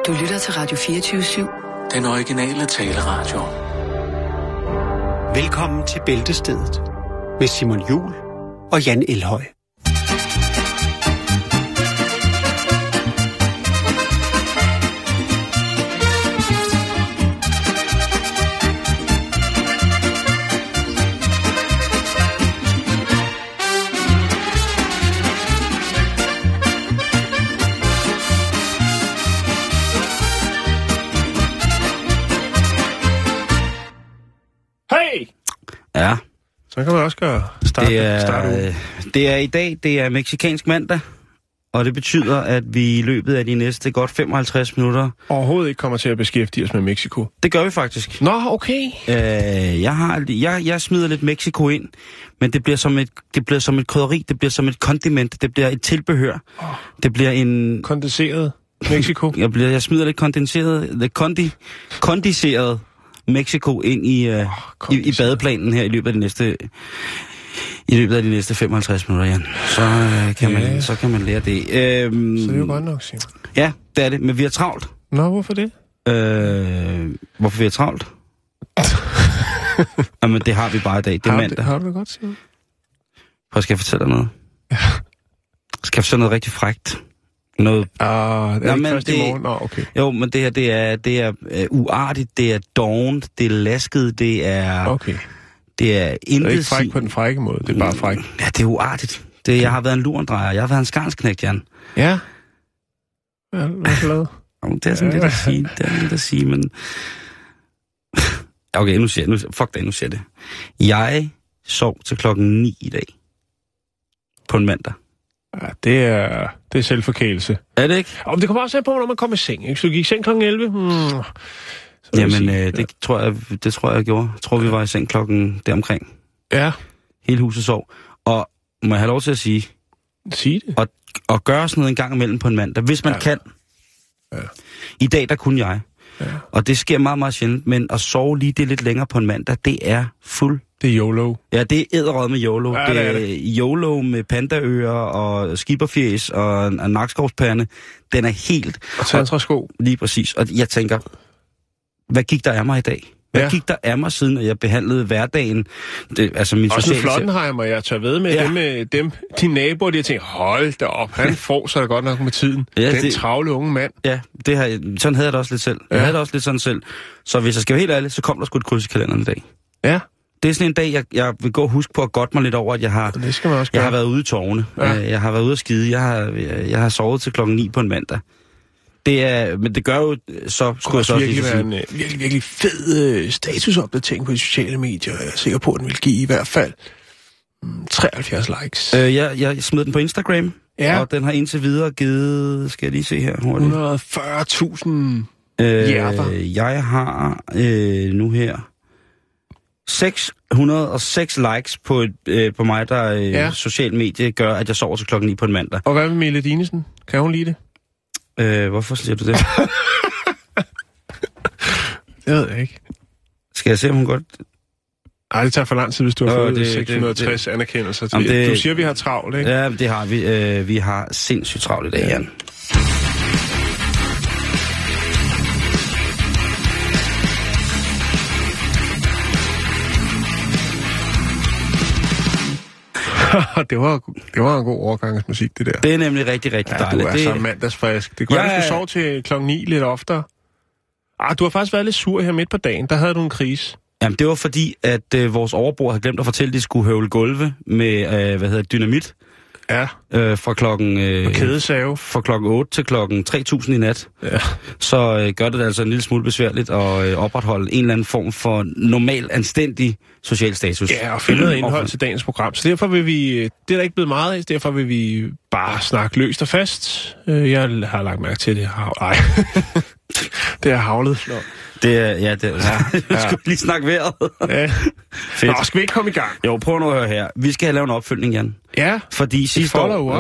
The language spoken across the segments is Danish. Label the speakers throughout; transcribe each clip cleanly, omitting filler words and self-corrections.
Speaker 1: Du lytter til Radio 24/7.
Speaker 2: Den originale taleradio.
Speaker 3: Velkommen til Bæltestedet med Simon Juhl og Jan Elhøj.
Speaker 4: Ja.
Speaker 5: Så kan man også gøre starte.
Speaker 4: Det er i dag, det er mexicansk mandag, og det betyder, at vi i løbet af de næste godt 55 minutter...
Speaker 5: overhovedet ikke kommer til at beskæftige os med Mexico.
Speaker 4: Det gør vi faktisk.
Speaker 5: Nå, okay.
Speaker 4: Jeg smider lidt Mexico ind, men det bliver som et krydderi, det bliver som et kondiment, det bliver et tilbehør. Det bliver en...
Speaker 5: kondenseret Mexico.
Speaker 4: Jeg smider lidt kondiseret Mexico ind i badeplanen her i løbet af de næste 55 minutter, Jan. Så kan man lære det.
Speaker 5: Så det er jo godt nok, Simon.
Speaker 4: Ja, det er det, men vi har travlt.
Speaker 5: Nå, hvorfor det?
Speaker 4: Hvorfor vi har travlt? Jamen, det har vi bare i dag. Det er mandag.
Speaker 5: Har du det godt, Simon?
Speaker 4: Skal jeg fortælle dig noget? Ja. Skal jeg fortælle noget rigtig frækt? Noget...
Speaker 5: det er ikke først i morgen? Nå, okay.
Speaker 4: Jo, men det her, det er uartigt, det er dovent, det er lasket, det er...
Speaker 5: Okay.
Speaker 4: Det er intet...
Speaker 5: Det er ikke fræk på den frække måde, det er bare fræk.
Speaker 4: Ja, det er uartigt. Jeg har været en lurendrejer, jeg har været en skarnsknægt, Jan.
Speaker 5: Ja? Hvad har du lavet?
Speaker 4: Det er sådan lidt at sige, men... Okay, nu siger jeg det. Jeg sov til 9:00 i dag. På en mandag.
Speaker 5: Ja, det er selvforkælelse.
Speaker 4: Er det ikke?
Speaker 5: Og det kommer også an på, når man kommer i seng, ikke? Så du gik i seng 11:00?
Speaker 4: Jamen, det tror jeg gjorde. Jeg tror, vi var i seng klokken deromkring.
Speaker 5: Ja.
Speaker 4: Hele huset sov. Og må jeg have lov til at sige...
Speaker 5: Sige det.
Speaker 4: Og gøre sådan noget en gang imellem på en mandag, hvis man kan.
Speaker 5: Ja.
Speaker 4: I dag, der kunne jeg. Ja. Og det sker meget, meget sjældent. Men at sove lige det lidt længere på en mandag, det er fuld...
Speaker 5: Det er YOLO.
Speaker 4: Ja, det er edderød med YOLO.
Speaker 5: Ja,
Speaker 4: det er YOLO med pandaører og skipperfjæs og en nakskovspande. Den er helt...
Speaker 5: Og tantrasko.
Speaker 4: Lige præcis. Og jeg tænker, hvad gik der af mig i dag? Hvad gik der af mig, siden at jeg behandlede hverdagen? Altså min
Speaker 5: også
Speaker 4: sociale...
Speaker 5: en Flottenheimer, jeg tør ved med dem. De naboer, de har tænkt, hold da op, han får sig da godt nok med tiden. Ja, den travle unge mand.
Speaker 4: Ja, sådan havde jeg det også lidt selv. Ja. Jeg havde det også lidt sådan selv. Så hvis jeg skal være helt ærlig, så kom der sgu et kryds i kalenderen i dag.
Speaker 5: Ja.
Speaker 4: Det er sådan en dag, jeg vil gå og huske på at godte mig lidt over, at jeg har været ude i tårne. Ja. Jeg har været ude at skide. Jeg har sovet til 9:00 på en mandag. Men det gør jo, så skulle jeg så også
Speaker 5: virkelig være en virkelig fed statusopdatering på de sociale medier. Jeg er sikker på, at den vil give i hvert fald 73 likes.
Speaker 4: Jeg smed den på Instagram, og den har indtil videre givet, skal jeg lige se her hurtigt,
Speaker 5: 140.000 hjerter.
Speaker 4: Jeg har nu her 606 likes på mig, der social medie gør, at jeg sover til 9:00 på en mandag.
Speaker 5: Og hvad med Mille Dinesen? Kan hun lide det?
Speaker 4: Hvorfor siger du det?
Speaker 5: Det ved jeg ikke.
Speaker 4: Skal jeg se, om hun godt...
Speaker 5: Ej, det tager for lang tid, hvis du har fået 660 anerkendelser til. Du siger, vi har travlt, ikke?
Speaker 4: Ja, det har vi. Vi har sindssygt travlt i dag, Jan.
Speaker 5: det var en god overgangsmusik, det der.
Speaker 4: Det er nemlig rigtig, rigtig dejligt.
Speaker 5: Du er så mandagsfrisk. Det kunne være, at du sov til 9:00 lidt oftere. Du har faktisk været lidt sur her midt på dagen. Der havde du en krise.
Speaker 4: Jamen, det var fordi, at vores overbror havde glemt at fortælle, at de skulle høvle gulve med, dynamit.
Speaker 5: Ja.
Speaker 4: Fra klokken...
Speaker 5: kædesave.
Speaker 4: Fra klokken 8 til klokken 3.000 i nat. Ja. Så gør det altså en lille smule besværligt at opretholde en eller anden form for normal, anstændig social status.
Speaker 5: Ja, og finde noget indhold til dagens program. Så derfor vil vi... Det er der ikke blevet meget af, derfor vil vi bare snakke løst og fast. Jeg har lagt mærke til det. Det er havlet.
Speaker 4: Det er, ja. Skal vi lige snakke vejret?
Speaker 5: Ja. Fedt. Nå, skal vi ikke komme i gang?
Speaker 4: Jo, prøv nu at høre her. Vi skal have lavet en opfølgning, Jan.
Speaker 5: Ja.
Speaker 4: Fordi sidste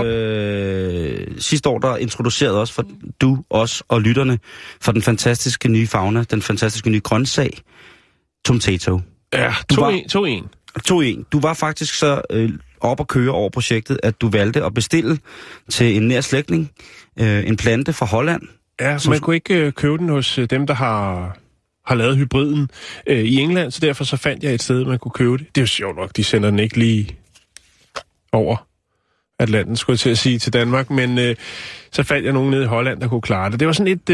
Speaker 4: år, der introducerede os og lytterne for den fantastiske nye fauna, den fantastiske nye grøntsag, tomato.
Speaker 5: Ja, 2-1.
Speaker 4: Du var faktisk så op at køre over projektet, at du valgte at bestille til en nær slægtning en plante fra Holland,
Speaker 5: Ja, man kunne ikke købe den hos dem, der har lavet hybriden i England, så derfor så fandt jeg et sted, man kunne købe det. Det er jo sjovt nok, de sender den ikke lige over Atlanten, skulle jeg til at sige, til Danmark, men så fandt jeg nogen nede i Holland, der kunne klare det. Det var sådan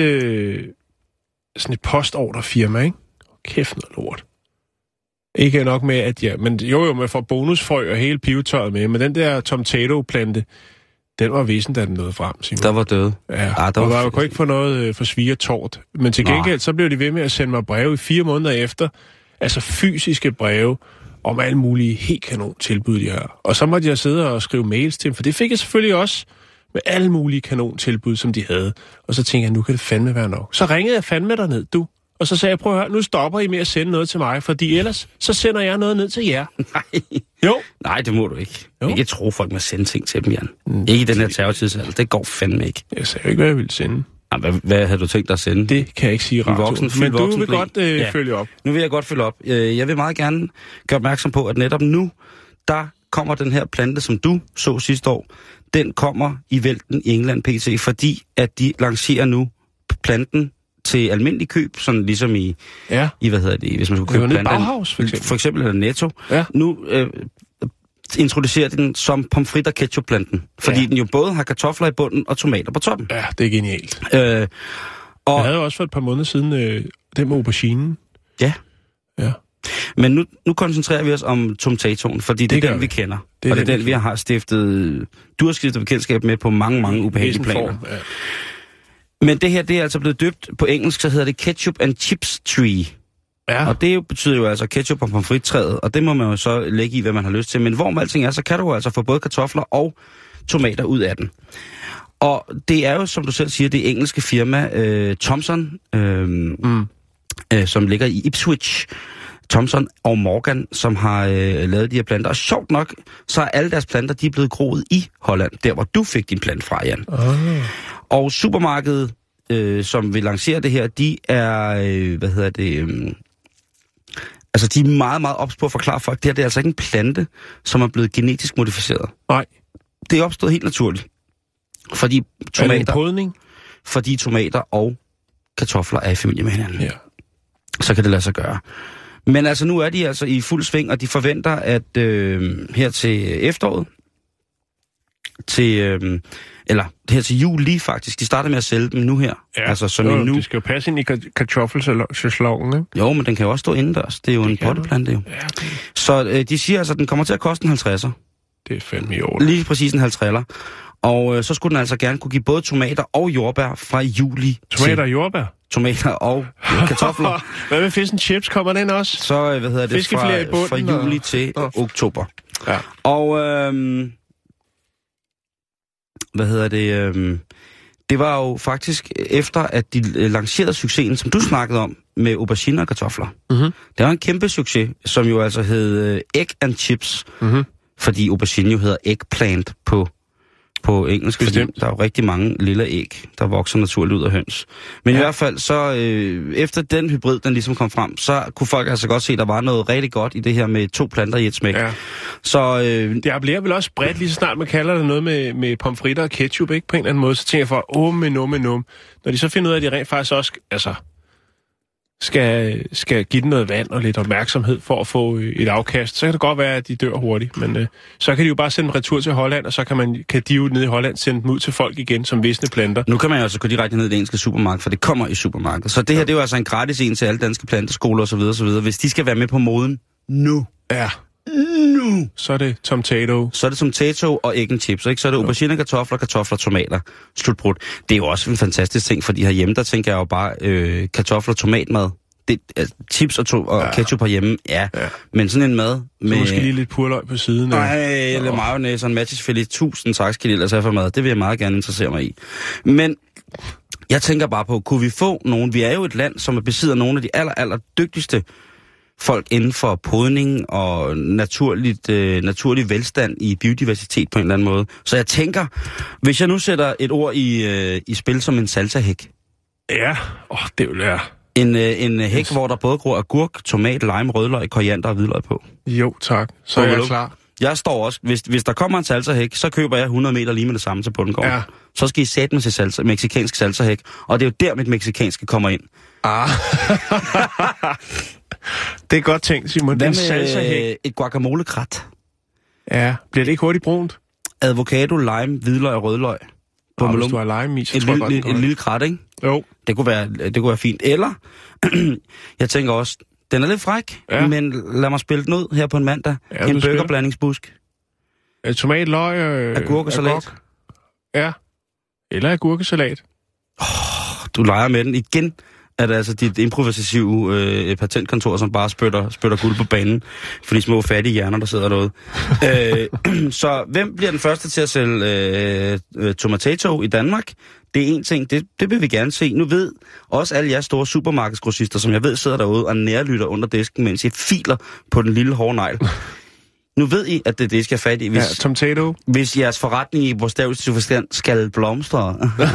Speaker 5: et postorderfirma, ikke? Kæft noget lort. Ikke nok med, at men jo, man får bonusfrø og hele pivetøjet med, men den der tomato-plante, den var visen, da den nåede frem, Simon.
Speaker 4: Der var død.
Speaker 5: Ja, og jeg kunne ikke få noget for svigertort. Men til gengæld, så blev de ved med at sende mig breve i 4 måneder efter, altså fysiske breve, om alle mulige helt kanon tilbud, de har. Og så måtte jeg sidde og skrive mails til dem, for det fik jeg selvfølgelig også med alle mulige kanon tilbud, som de havde. Og så tænkte jeg, nu kan det fandme være nok. Så ringede jeg fandme derned, du. Og så sagde jeg, prøv at høre, nu stopper I med at sende noget til mig, fordi ellers, så sender jeg noget ned til jer.
Speaker 4: Nej.
Speaker 5: Jo.
Speaker 4: Nej, det må du ikke. Jo. Ikke tro folk med at sende ting til dem, Jan. Ikke i den her terrortidsalder. Det går fandme ikke.
Speaker 5: Jeg sagde jo ikke, hvad jeg ville sende.
Speaker 4: Hvad havde du tænkt dig at sende?
Speaker 5: Det kan jeg ikke sige ret. Men du vil godt følge op.
Speaker 4: Nu vil jeg godt følge op. Jeg vil meget gerne gøre opmærksom på, at netop nu, der kommer den her plante, som du så sidste år, den kommer i vælten i England PT, fordi at de lancerer nu planten til almindelig køb, sådan ligesom i hvad hedder det, hvis man skulle købe planter.
Speaker 5: Bauhaus,
Speaker 4: for eksempel eller Netto. Ja. Nu introducerer den som pomfritter ketchup-planten, fordi den jo både har kartofler i bunden og tomater på toppen.
Speaker 5: Ja, det er genialt. Jeg havde jo også for et par måneder siden den med auberginen.
Speaker 4: Ja.
Speaker 5: Ja.
Speaker 4: Men nu koncentrerer vi os om tomatoen, fordi det er den, vi kender. Og det er den, vi har stiftet... Du har stiftet bekendtskab med på mange ubehagelige planer. Ja. Men det her, det er altså blevet døbt på engelsk, så hedder det ketchup and chips tree. Ja. Og det betyder jo altså ketchup og pomfrittræet, og det må man jo så lægge i, hvad man har lyst til. Men hvor med alting er, så kan du altså få både kartofler og tomater ud af den. Og det er jo, som du selv siger, det engelske firma Thomson, som ligger i Ipswich, Thomson og Morgan, som har lavet de her planter. Og sjovt nok, så er alle deres planter, de er blevet groet i Holland, der hvor du fik din plant fra, Jan. Og supermarkedet, som vil lancere det her, de er, altså de er meget, meget ops på at forklare folk, det her det er altså ikke en plante, som er blevet genetisk modificeret.
Speaker 5: Nej.
Speaker 4: Det er opstået helt naturligt. Fordi tomater og kartofler er i familie med hinanden. Ja. Så kan det lade sig gøre. Men altså nu er de altså i fuld sving, og de forventer, at her til efteråret, eller her til jul lige faktisk, de starter med at sælge dem nu her.
Speaker 5: Ja, altså, som nu. Det skal jo passe ind i kartoffelsæsloven, ikke?
Speaker 4: Jo, men den kan jo også stå indendørs. Det er jo en potteplante, jo. Ja, okay. Så de siger altså, at den kommer til at koste en 50'er.
Speaker 5: Det er fandme i orden.
Speaker 4: Lige præcis en 50'er. Og så skulle den altså gerne kunne give både tomater og jordbær fra juli.
Speaker 5: Tomater og jordbær?
Speaker 4: Tomater og kartofler.
Speaker 5: Hvad med fish and chips? Kommer den også?
Speaker 4: Så, fra juli til oktober. Ja. Og, det var jo faktisk efter, at de lancerede succesen, som du snakkede om, med aubergine og kartofler. Mm-hmm. Det var en kæmpe succes, som jo altså hed egg and chips, fordi aubergine jo hedder eggplant på engelsk, fordi der er jo rigtig mange lille æg, der vokser naturligt ud af høns. Men i hvert fald, så efter den hybrid, den ligesom kom frem, så kunne folk altså godt se, at der var noget rigtig godt i det her med 2 planter i et smæk. Ja. Så
Speaker 5: det appellerer vel også bredt, lige så snart man kalder det noget med pomfritter og ketchup, ikke? På en eller anden måde, så tænker jeg for, når de så finder ud af, at de rent faktisk også, altså, skal give den noget vand og lidt opmærksomhed for at få et afkast, så kan det godt være, at de dør hurtigt. Men så kan de jo bare sende dem retur til Holland, og så kan de jo nede i Holland sende dem ud til folk igen som visne planter.
Speaker 4: Nu kan man jo altså gå direkte ned i det engelske supermarked, for det kommer i supermarkedet. Så det her, det er jo altså en gratis en til alle danske planteskoler osv. Hvis de skal være med på moden nu.
Speaker 5: Ja. Nu. Så er det tomato.
Speaker 4: Så er det tomato og egg and chips, ikke? Så er det aubergine, kartofler, tomater. Slutbrud. Det er jo også en fantastisk ting, fordi herhjemme, der tænker jeg jo bare kartofler, tomatmad. Chips og ketchup herhjemme, ja. Men sådan en mad med...
Speaker 5: Så måske lige lidt purløg på siden.
Speaker 4: Eller mayonnaise og en matchesfilet. 1000 tak skal det altså for mad. Det vil jeg meget gerne interessere mig i. Men jeg tænker bare på, kunne vi få nogen... Vi er jo et land, som besidder nogle af de aller dygtigste folk inden for podning og naturlig velstand i biodiversitet på en eller anden måde. Så jeg tænker, hvis jeg nu sætter et ord i spil som en salsahæk.
Speaker 5: Ja, det vil være...
Speaker 4: En hæk, hvor der både gror agurk, tomat, lime, rødløg, koriander og hvidløg på.
Speaker 5: Jo, tak. Så er jeg klar.
Speaker 4: Jeg står også, hvis der kommer en salsahæk, så køber jeg 100 meter lige med det samme til bundgården. Ja. Så skal I sætte mig til mexicansk salsahæk, og det er jo der, mit mexicanske kommer ind.
Speaker 5: Det er godt tænkt, Simon.
Speaker 4: Hvad med et guacamole-krat?
Speaker 5: Ja, bliver det ikke hurtigt brunt?
Speaker 4: Avocado, lime, hvidløg og rødløg.
Speaker 5: Hvis du har lime i, så tror jeg godt,
Speaker 4: en lille krat, ikke?
Speaker 5: Jo.
Speaker 4: Det kunne være fint. Eller, jeg tænker også, den er lidt fræk, men lad mig spille den ud her på en mandag. Ja, en burgerblandingsbusk.
Speaker 5: Tomat, løg,
Speaker 4: agurkesalat.
Speaker 5: Ja, eller agurkesalat.
Speaker 4: Du leger med den igen. Er det altså dit improvisative patentkontor, som bare spytter guld på banen for de små fattige hjerner, der sidder derude. Så hvem bliver den første til at sælge tomato i Danmark? Det er en ting, det vil vi gerne se. Nu ved også alle jeres store supermarkedsgrossister, som jeg ved sidder derude og nærlytter under disken, mens I filer på den lille hårde negl. Nu ved I, at det er det, I skal have fat i. Hvis jeres forretning i bogstaveligt forstand skal blomstre.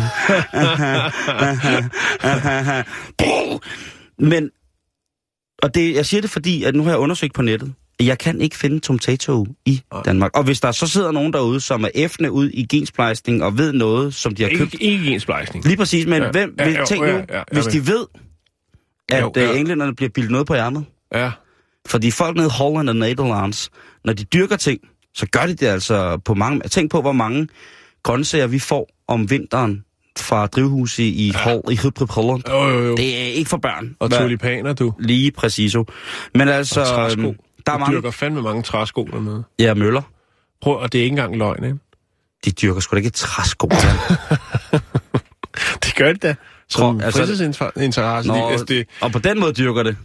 Speaker 4: Men, og det, jeg siger det fordi, at nu har jeg undersøgt på nettet, at jeg kan ikke finde tomato i Danmark. Og hvis der så sidder nogen derude, som er æfne ud i gensplejsning og ved noget, som de har købt...
Speaker 5: Ikke gensplejsning.
Speaker 4: Lige præcis, men hvem vil tænke nu, hvis de ved, at englænderne bliver bildet noget på ærmet?
Speaker 5: Ja.
Speaker 4: Fordi folk nede i Holland og Nederlands, når de dyrker ting, så gør de det altså på mange... Tænk på, hvor mange grøntsager vi får om vinteren fra drivhus i Holland.
Speaker 5: Jo.
Speaker 4: Det er ikke for børn.
Speaker 5: Og tulipaner, du.
Speaker 4: Lige præciso. Men altså...
Speaker 5: Og træsko.
Speaker 4: Der er mange...
Speaker 5: dyrker fandme mange træsko dernede.
Speaker 4: Ja, møller.
Speaker 5: Prøv, og det er ikke engang løgn, ikke?
Speaker 4: De dyrker sgu da ikke træsko.
Speaker 5: Det gør det da. Som fritidsinteresse.
Speaker 4: Og på den måde dyrker det.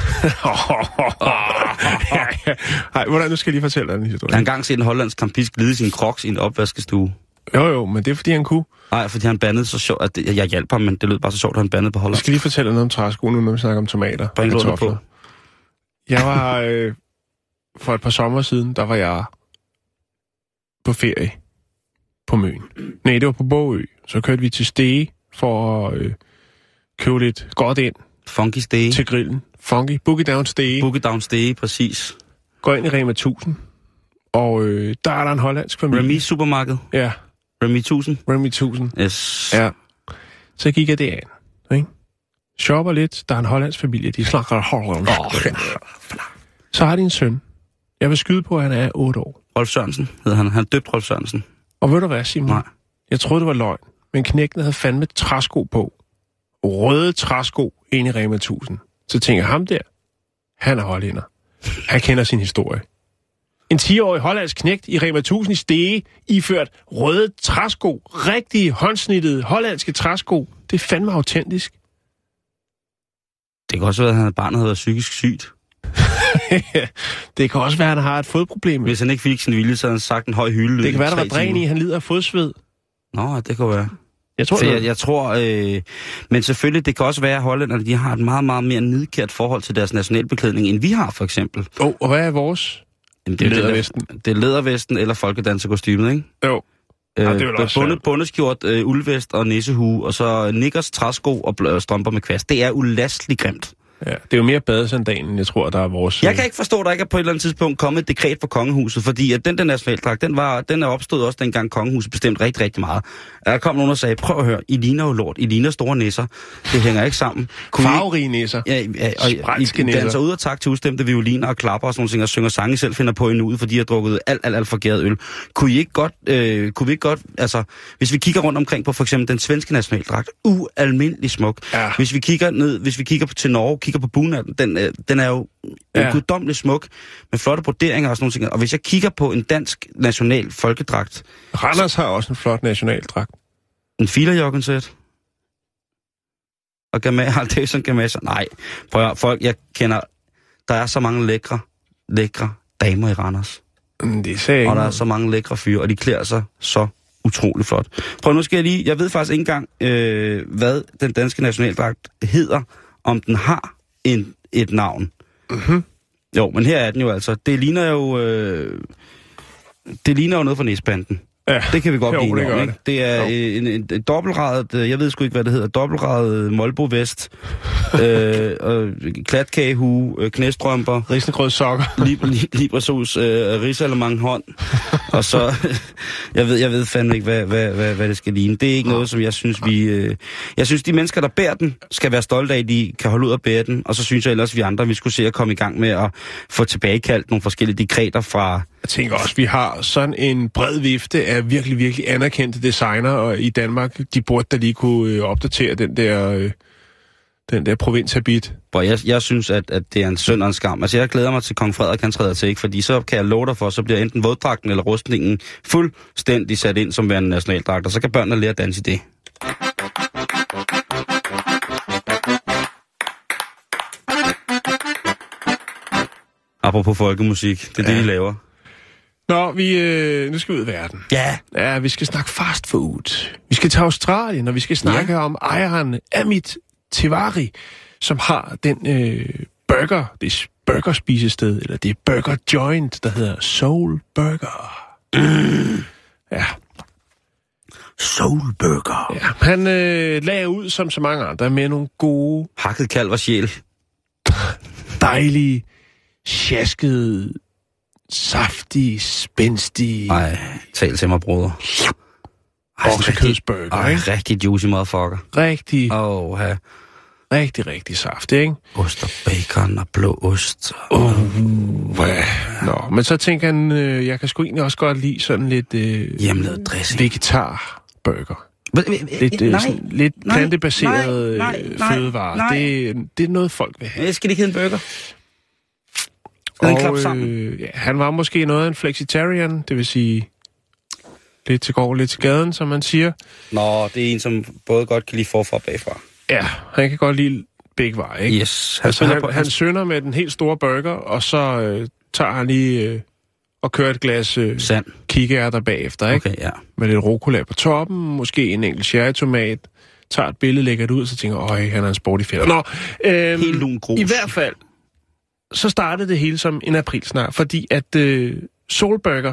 Speaker 5: Hej, hvordan nu skal jeg lige fortælle dig en historie.
Speaker 4: Jeg har engang set en hollandsk campist glide sin crocs i en opvaskestue.
Speaker 5: Jo, men det er fordi han kunne.
Speaker 4: Nej, fordi han bandede så sjovt, at jeg hjalp ham, men det lød bare så sjovt, at han bandede på hollandsk.
Speaker 5: Jeg skal lige fortælle noget om træsko nu, når vi snakker om tomater.
Speaker 4: Bring lånet på.
Speaker 5: Jeg var for et par sommer siden, der var jeg på ferie på Møn. Nej, det var på Bogø. Så kørte vi til Stege for at købe lidt godt ind.
Speaker 4: Funky Stege.
Speaker 5: Til grillen. Funky. Boogie Down Stege.
Speaker 4: Boogie Down Stege, præcis.
Speaker 5: Går ind i Rema 1000. Og der er der en hollandsk familie.
Speaker 4: Remy supermarked?
Speaker 5: Ja.
Speaker 4: Remy 1000?
Speaker 5: Remy 1000.
Speaker 4: Yes.
Speaker 5: Ja. Så gik jeg det an. Ikke? Shopper lidt. Der er en hollandsk familie. De snakker hollandsk. Så har de en søn. Jeg vil skyde på, at han er 8 år.
Speaker 4: Rolf Sørensen hedder han. Han er døbt Rolf Sørensen.
Speaker 5: Og ved du hvad, Simon?
Speaker 4: Nej.
Speaker 5: Jeg troede, det var løgn. Men knægten havde fandme træsko på. Røde træsko ind i Rema 1000. Så tænker jeg, ham der, han er hollænder. Han kender sin historie. En 10-årig hollandsk knægt i Rema 1000 i Stege, iført røde træsko. Rigtige håndsnittede hollandske træsko. Det er fandme autentisk.
Speaker 4: Det kan også være, at barnet havde været psykisk sygt.
Speaker 5: Det kan også være, at han har et fodproblem.
Speaker 4: Hvis han ikke fik sin vilje, så havde han sagt en høj hylde.
Speaker 5: Det kan være, der var dræn i, han lider af fodsved.
Speaker 4: Nå, det kan være.
Speaker 5: Jeg tror,
Speaker 4: men selvfølgelig, det kan også være, at hollænderne de har et meget, meget mere nidkært forhold til deres nationalbeklædning, end vi har, for eksempel.
Speaker 5: Og hvad er vores?
Speaker 4: Jamen, det er lædervesten. Det er lædervesten eller folkedanserkostymet, ikke?
Speaker 5: Jo. Det er også
Speaker 4: bundeskjort, uldvest og nissehue, og så nikkers, træsko og strømper med kvast. Det er ulastligt grimt.
Speaker 5: Ja, det er jo mere badesandalen, jeg tror, der er vores...
Speaker 4: Jeg kan ikke forstå, at der ikke er på et eller andet tidspunkt kommet et dekret fra kongehuset, fordi at den der nationaldragt, den er opstået også dengang kongehuset bestemte rigtig, rigtig meget. Der kom nogen og sagde, prøv at høre, I ligner jo lort, I ligner store nisser. Det hænger ikke sammen.
Speaker 5: Farverige nisser.
Speaker 4: Ja, og I danser ud og tak til udstemte violiner og klapper og sådan nogle ting, og synger sange selv finder på en ude, fordi I har drukket alt for gæret øl. Kunne vi ikke godt, altså, hvis vi kigger rundt omkring på for eksempel den svenske nationaldragt, ualmindelig smuk. Ja. Hvis vi kigger til Norge, kigger på bunaden, den er jo guddommelig smuk, med flotte broderinger og sådan nogle ting. Og hvis jeg kigger på en dansk national folkedragt...
Speaker 5: Randers har også en flot nationaldragt.
Speaker 4: En filerjokkensæt. Og Harald Gamasser. Nej, prøv at folk, jeg kender... Der er så mange lækre damer i Randers.
Speaker 5: Det sagde jeg.
Speaker 4: Og der er så mange lækre fyre, og de klæder sig så utrolig flot. Prøv nu skal jeg lige... Jeg ved faktisk ikke engang, hvad den danske nationaldragt hedder, om den har et navn.
Speaker 5: Mm-hmm.
Speaker 4: Jo, men her er den jo altså. Det ligner jo noget fra næsbanden. Ja. Det kan vi godt blive om, ikke? Det er en dobbeltradet, jeg ved sgu ikke, hvad det hedder, dobbeltradet Molbo-vest, klatkagehue, knæstrømper.
Speaker 5: Risengrød sokker.
Speaker 4: Librasus, risalemang hånd. Og så, jeg ved fandme ikke, hvad det skal ligne. Det er ikke noget, som jeg synes, jeg synes, de mennesker, der bærer den, skal være stolte af, at de kan holde ud at bære den. Og så synes jeg ellers, vi andre, vi skulle se at komme i gang med at få tilbagekaldt nogle forskellige dekreter fra...
Speaker 5: Jeg tænker også, vi har sådan en bred vifte af virkelig, virkelig anerkendte designer og i Danmark. De burde da lige kunne opdatere den der provinshabit.
Speaker 4: Jeg synes, at det er en synd og en skam. Altså, jeg glæder mig til Kong Frederik, han træder til, ikke? Fordi så kan jeg love dig for, så bliver enten våddragten eller rustningen fuldstændig sat ind som værende nationaldragt, og så kan børnene lære at danse i det. Apropos folkemusik, det er det, vi laver.
Speaker 5: Nå, nu skal vi ud i verden. Ja, vi skal snakke fast food. Vi skal til Australien, og vi skal snakke om ejeren Amit Tiwari, som har den burgerspisested, eller det burger joint, der hedder Soul Burger. Ja.
Speaker 4: Soul Burger.
Speaker 5: Ja, han lagde ud som så mange andre med nogle gode...
Speaker 4: Hakket kalv og sjæl.
Speaker 5: Dejlige, sjaskede, saftige, spændstige...
Speaker 4: Ej, tal til mig, broder.
Speaker 5: Oksekødsburger, ikke?
Speaker 4: Rigtig juicy motherfucker.
Speaker 5: Rigtig.
Speaker 4: Ja.
Speaker 5: Rigtig saftig, ikke?
Speaker 4: Ost og bacon og blå ost.
Speaker 5: Ja. Nå, men så tænker han, jeg kan sgu egentlig også godt lide sådan lidt...
Speaker 4: hjemmelavet dressing.
Speaker 5: Vegetarburger. Lidt plantebaseret fødevare. Det er noget, folk vil have.
Speaker 4: Jeg skal ikke hedde en burger.
Speaker 5: Han var måske noget af en flexitarian, det vil sige lidt til gård, lidt til gaden, som man siger.
Speaker 4: Nå, det er en, som både godt kan lide forfra og bagfra.
Speaker 5: Ja, han kan godt lide begge veje, ikke?
Speaker 4: Yes.
Speaker 5: Han synder med den helt store burger, og så tager han lige og kører et glas kikærter bagefter, ikke? Okay, ja. Med lidt rucola på toppen, måske en enkelt cherrytomat, tager et billede, lægger det ud, så tænker han er en sporty fætter. Nå,
Speaker 4: helt lun grus.
Speaker 5: I hvert fald, så startede det hele som en aprilsnar, fordi at Soul Burger,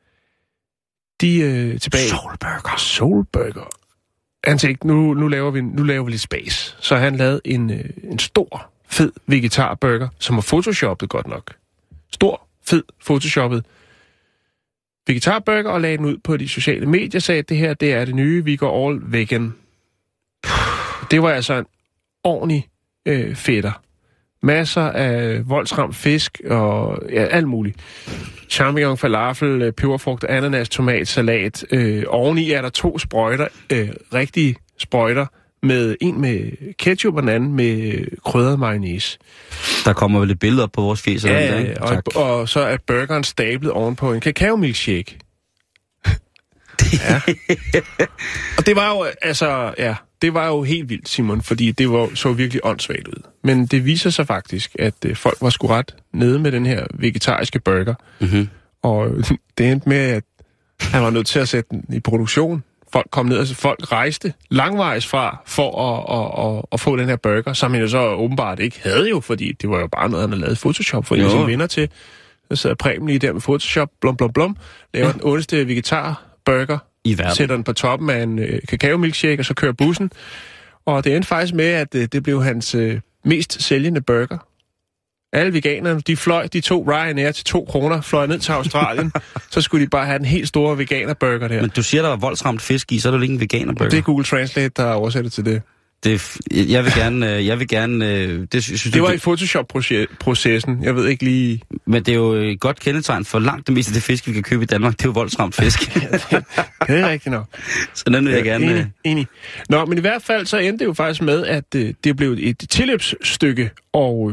Speaker 5: de tilbage... Soul Burger. Han tænkte, nu laver vi lidt space. Så han lavede en stor, fed vegetarburger, som var photoshoppet godt nok. Stor, fed, photoshoppet vegetarburger, og lagde den ud på de sociale medier, sagde, at det her, det er det nye, vi går all vegan. Det var altså en ordentlig fætter. Masser af voldsramt fisk og alt muligt. Champignon, falafel, peberfrugt, ananas, tomat, salat. Oveni er der 2 sprøjter, rigtige sprøjter, en med ketchup og den anden med krydret mayonnaise.
Speaker 4: Der kommer vel et billede op på vores fjes.
Speaker 5: Og så er burgeren stablet ovenpå en kakaomilkshake. Ja. Og det var jo, det var jo helt vildt, Simon, fordi det så virkelig åndssvagt ud. Men det viser sig faktisk, at folk var sgu ret nede med den her vegetariske burger. Mm-hmm. Og det endte med, at han var nødt til at sætte den i produktion. Folk kom ned, altså folk rejste langvejs fra for at få den her burger, som han jo så åbenbart ikke havde jo, fordi det var jo bare noget, han havde lavet Photoshop for en af sine venner til. Så sidder Preben lige der med Photoshop, blum, laver den ondeste vegetarburger, sætter den på toppen af en kakaomilkshake, og så kører bussen. Og det endte faktisk med, at det blev hans mest sælgende burger. Alle veganerne, de tog Ryanair til 2 kroner, fløj ned til Australien, så skulle de bare have den helt store veganerburger der.
Speaker 4: Men du siger, der var voldsramt fisk i, så er det ikke en veganerburger.
Speaker 5: Det er Google Translate, der har oversat til det.
Speaker 4: Jeg vil gerne...
Speaker 5: Det var i Photoshop-processen. Jeg ved ikke lige...
Speaker 4: Men det er jo et godt kendetegn for langt det meste af det fisk, vi kan købe i Danmark. Det er jo voldsramt fisk.
Speaker 5: Ja, det er rigtigt nok.
Speaker 4: Så den vil jeg gerne...
Speaker 5: Enig. Nå, men i hvert fald så endte det jo faktisk med, at det blev et tilløbsstykke, og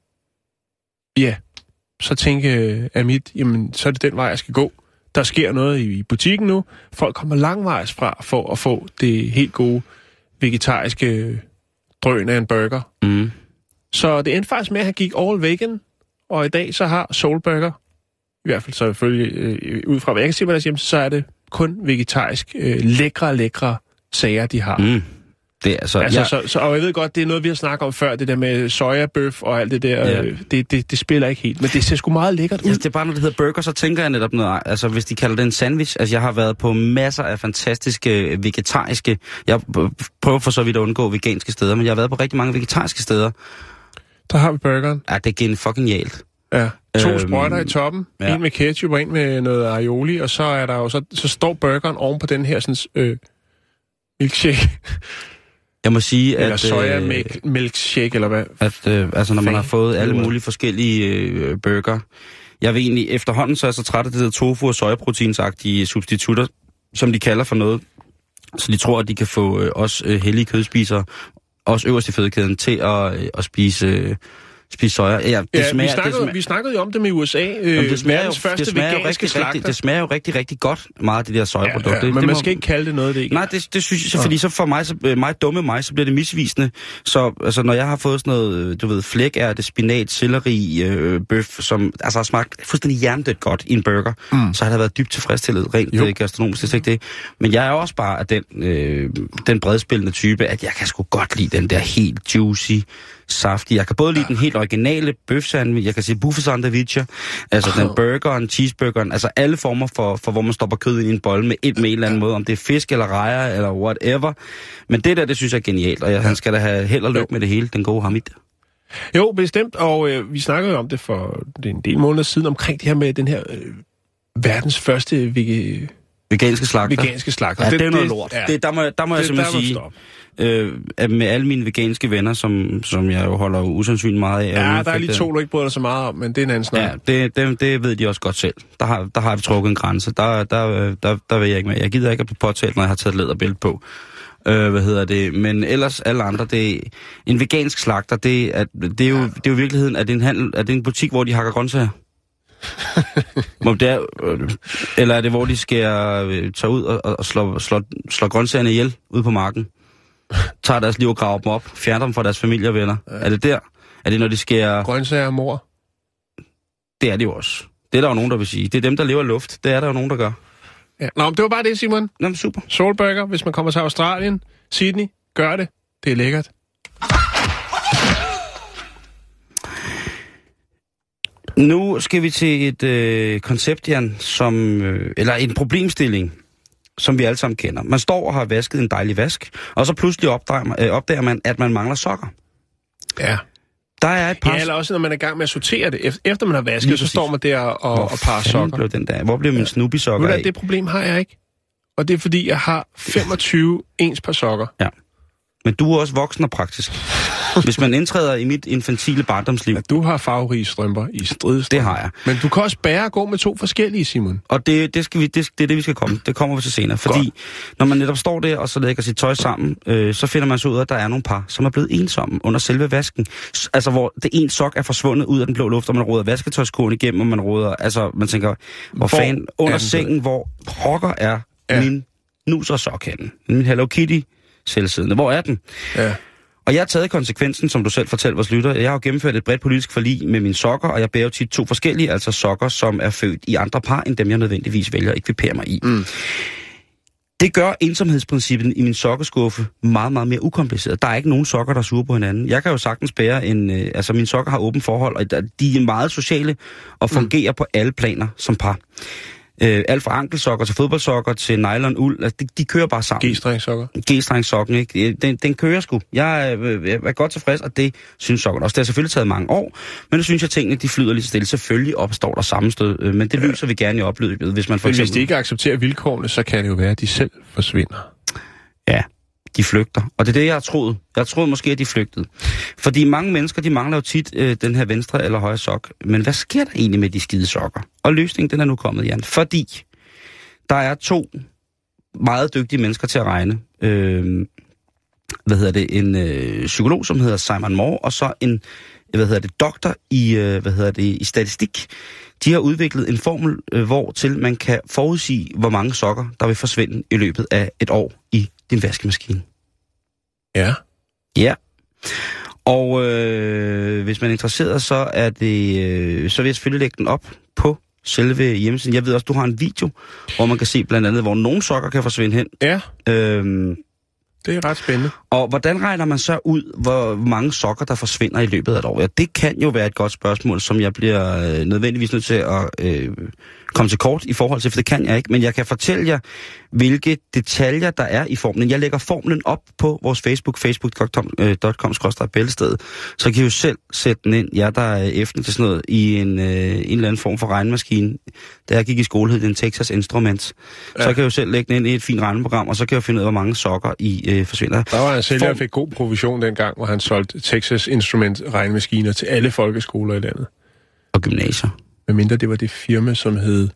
Speaker 5: så tænkte Amit, jamen så er det den vej, jeg skal gå. Der sker noget i butikken nu. Folk kommer langvejs fra for at få det helt gode vegetariske drøn af en burger. Mm. Så det endte faktisk med, at han gik all vegan, og i dag så har Soul Burger, i hvert fald så selvfølgelig ud fra hvad jeg kan se på deres hjemmeside, så er det kun vegetarisk lækre sager, de har. Mm.
Speaker 4: Det er altså,
Speaker 5: og jeg ved godt, det er noget, vi har snakket om før, det der med sojabøf og alt det der. Ja. Det spiller ikke helt, men det ser sgu meget lækkert ud.
Speaker 4: Altså, det er bare, når det hedder burger, så tænker jeg netop noget. Altså, hvis de kalder det en sandwich. Altså, jeg har været på masser af fantastiske vegetariske... Jeg prøver for så vidt at undgå veganske steder, men jeg har været på rigtig mange vegetariske steder.
Speaker 5: Der har vi burgeren.
Speaker 4: Ja, det er fucking
Speaker 5: Ja, 2 sprøjter i toppen, en med ketchup og en med noget aioli, og så er der jo så står burgeren oven på den her sådan milkshake.
Speaker 4: Jeg må sige,
Speaker 5: eller soja milkshake, eller hvad?
Speaker 4: Altså, når man har fået alle mulige forskellige burger. Jeg ved egentlig, efterhånden så er jeg så træt af det der tofu- og sojaproteinsagtige substitutter, som de kalder for noget. Så de tror, at de kan få også hellige kødspisere, også øverst i fødekæden, til at spise soja.
Speaker 5: Vi snakkede jo om det med USA. Det
Speaker 4: smager jo rigtig, rigtig godt, meget af det der sojaprodukt.
Speaker 5: Ja, men man skal ikke kalde det noget, det ikke.
Speaker 4: Nej, det synes jeg, fordi så for mig, så bliver det misvisende. Så altså, når jeg har fået sådan noget, du ved, flækærte, spinat, selleri, bøf, som altså har smagt fuldstændig hjernedødt godt i en burger, så har det været dybt tilfredsstillet, rent gastronomisk, det er ikke det. Men jeg er også bare af den bredspillende type, at jeg kan sgu godt lide den der helt juicy, saftig. Jeg kan både lide den helt originale bøfsandwich, jeg kan sige buffet sandwicher, altså den burgeren, cheeseburgeren, altså alle former for hvor man stopper kød i en bolle med en eller anden måde, om det er fisk eller rejer eller whatever. Men det der, det synes jeg er genialt, og han skal da have held og lykke med det hele, den gode Hamid.
Speaker 5: Jo, bestemt, og vi snakkede jo om det for en del måneder siden, omkring det her med den her verdens første
Speaker 4: veganske slagter.
Speaker 5: Ja,
Speaker 4: det er noget lort. Ja. Der må jeg simpelthen sige, med alle mine veganske venner, som jeg jo holder usandsynligt meget af.
Speaker 5: Ja, der er lige 2, du ikke bryder dig så meget om, men det er en anden snak.
Speaker 4: Ja, det ved de også godt selv. Der har vi trukket en grænse. Der vil jeg ikke med. Jeg gider ikke at blive påtalt, når jeg har taget læderbælte på. Men ellers alle andre, en vegansk slagter, det er jo i virkeligheden, er det en butik, hvor de hakker grøntsager? Eller er det, hvor de tager ud og slår grøntsagerne ihjel ude på marken? Tager deres liv og graver dem op, fjerner dem fra deres familie og venner. Ja. Er det der? Er det, når de skærer...
Speaker 5: grøntsager og mor?
Speaker 4: Det er det jo også. Det er der jo nogen, der vil sige. Det er dem, der lever af luft. Det er der jo nogen, der gør.
Speaker 5: Ja. Nå, men det var bare det, Simon.
Speaker 4: Nå, men super.
Speaker 5: Solburger, hvis man kommer til Australien, Sydney, gør det. Det er lækkert.
Speaker 4: Nu skal vi til et koncept, Jan, eller en problemstilling, som vi alle sammen kender. Man står og har vasket en dejlig vask, og så pludselig opdager man, at man mangler sokker.
Speaker 5: Ja.
Speaker 4: Der er et par...
Speaker 5: Ja, eller også når man er i gang med at sortere det. Efter man har vasket, så står man der og parer sokker.
Speaker 4: Hvor blev min Snoopy-sokker af?
Speaker 5: Det problem har jeg ikke. Og det er fordi, jeg har 25 ens par sokker.
Speaker 4: Ja. Men du er også voksen og praktisk. Hvis man indtræder i mit infantile barndomsliv...
Speaker 5: Ja, du har farverige strømper i stridstrømper.
Speaker 4: Det har jeg.
Speaker 5: Men du kan også bære og gå med 2 forskellige, Simon.
Speaker 4: Og det er det, vi skal komme. Det kommer vi til senere. Fordi når man netop står der og så lægger sit tøj sammen, så finder man så ud af, at der er nogle par, som er blevet ensomme under selve vasken. Altså, hvor det ene sok er forsvundet ud af den blå luft, og man råder vasketøjskurven igennem, og man råder... Altså, man tænker, hvor fanden under sengen, hvor pokker er min nuser-sok henne? Min Hello Kitty selvsiddende. Hvor er den?
Speaker 5: Ja.
Speaker 4: Og jeg har taget konsekvensen, som du selv fortalte vores lytter. Jeg har jo gennemført et bredt politisk forlig med mine sokker, og jeg bærer jo tit 2 forskellige, altså sokker, som er født i andre par, end dem jeg nødvendigvis vælger at ekvipere mig i. Det gør ensomhedsprincippet i min sokkeskuffe meget, meget mere ukompliceret. Der er ikke nogen sokker, der suger på hinanden. Jeg kan jo sagtens bære altså mine sokker har åbent forhold, og de er meget sociale og fungerer på alle planer som par. Alt fra ankelsokker til fodboldsokker til nylon uld, altså de kører bare sammen. G-strengsokken, ikke? Den kører sgu. Jeg er godt tilfreds, og det synes sokken også. Det har selvfølgelig taget mange år, men nu synes jeg, at tingene de flyder lige så stille. Selvfølgelig opstår der sammenstød, men det løser vi gerne i opløbet, hvis man for eksempel...
Speaker 5: Hvis de ikke accepterer vilkårene, så kan det jo være, at de selv forsvinder.
Speaker 4: Ja, de flygter. Og det er det, jeg har troet. Jeg har troet måske, at de flygtede. Fordi mange mennesker, de mangler jo tit den her venstre eller højre sok. Men hvad sker der egentlig med de skide sokker? Og løsningen, den er nu kommet, Jan. Fordi der er 2 meget dygtige mennesker til at regne. En psykolog, som hedder Simon Moore, og så en doktor i statistik. De har udviklet en formel, hvor til man kan forudsige, hvor mange sokker, der vil forsvinde i løbet af et år i din vaskemaskine.
Speaker 5: Ja.
Speaker 4: Ja. Og hvis man er interesseret, så er det, så vil jeg selvfølgelig lægge den op på selve hjemmesiden. Jeg ved også, du har en video, hvor man kan se blandt andet, hvor nogle sokker kan forsvinde hen.
Speaker 5: Ja. Det er ret spændende.
Speaker 4: Og hvordan regner man så ud, hvor mange sokker, der forsvinder i løbet af et år? Ja, det kan jo være et godt spørgsmål, som jeg bliver nødvendigvis nødt til at komme til kort i forhold til, for det kan jeg ikke. Men jeg kan fortælle jer, hvilke detaljer der er i formlen. Jeg lægger formlen op på vores Facebook, facebook.com/bæltestedet. Så kan I jo selv sætte den ind, der er efter til sådan noget, i en eller anden form for regnemaskine. Da jeg gik i skole, hed det en Texas Instruments. Ja. Så kan jeg jo selv lægge den ind i et fint regneprogram, og så kan jeg finde ud af, hvor mange sokker I forsvinder.
Speaker 5: Der var en sælger, der fik god provision dengang, hvor han solgte Texas Instruments regnemaskiner til alle folkeskoler i landet.
Speaker 4: Og gymnasier.
Speaker 5: Medmindre det var det firma, som hed...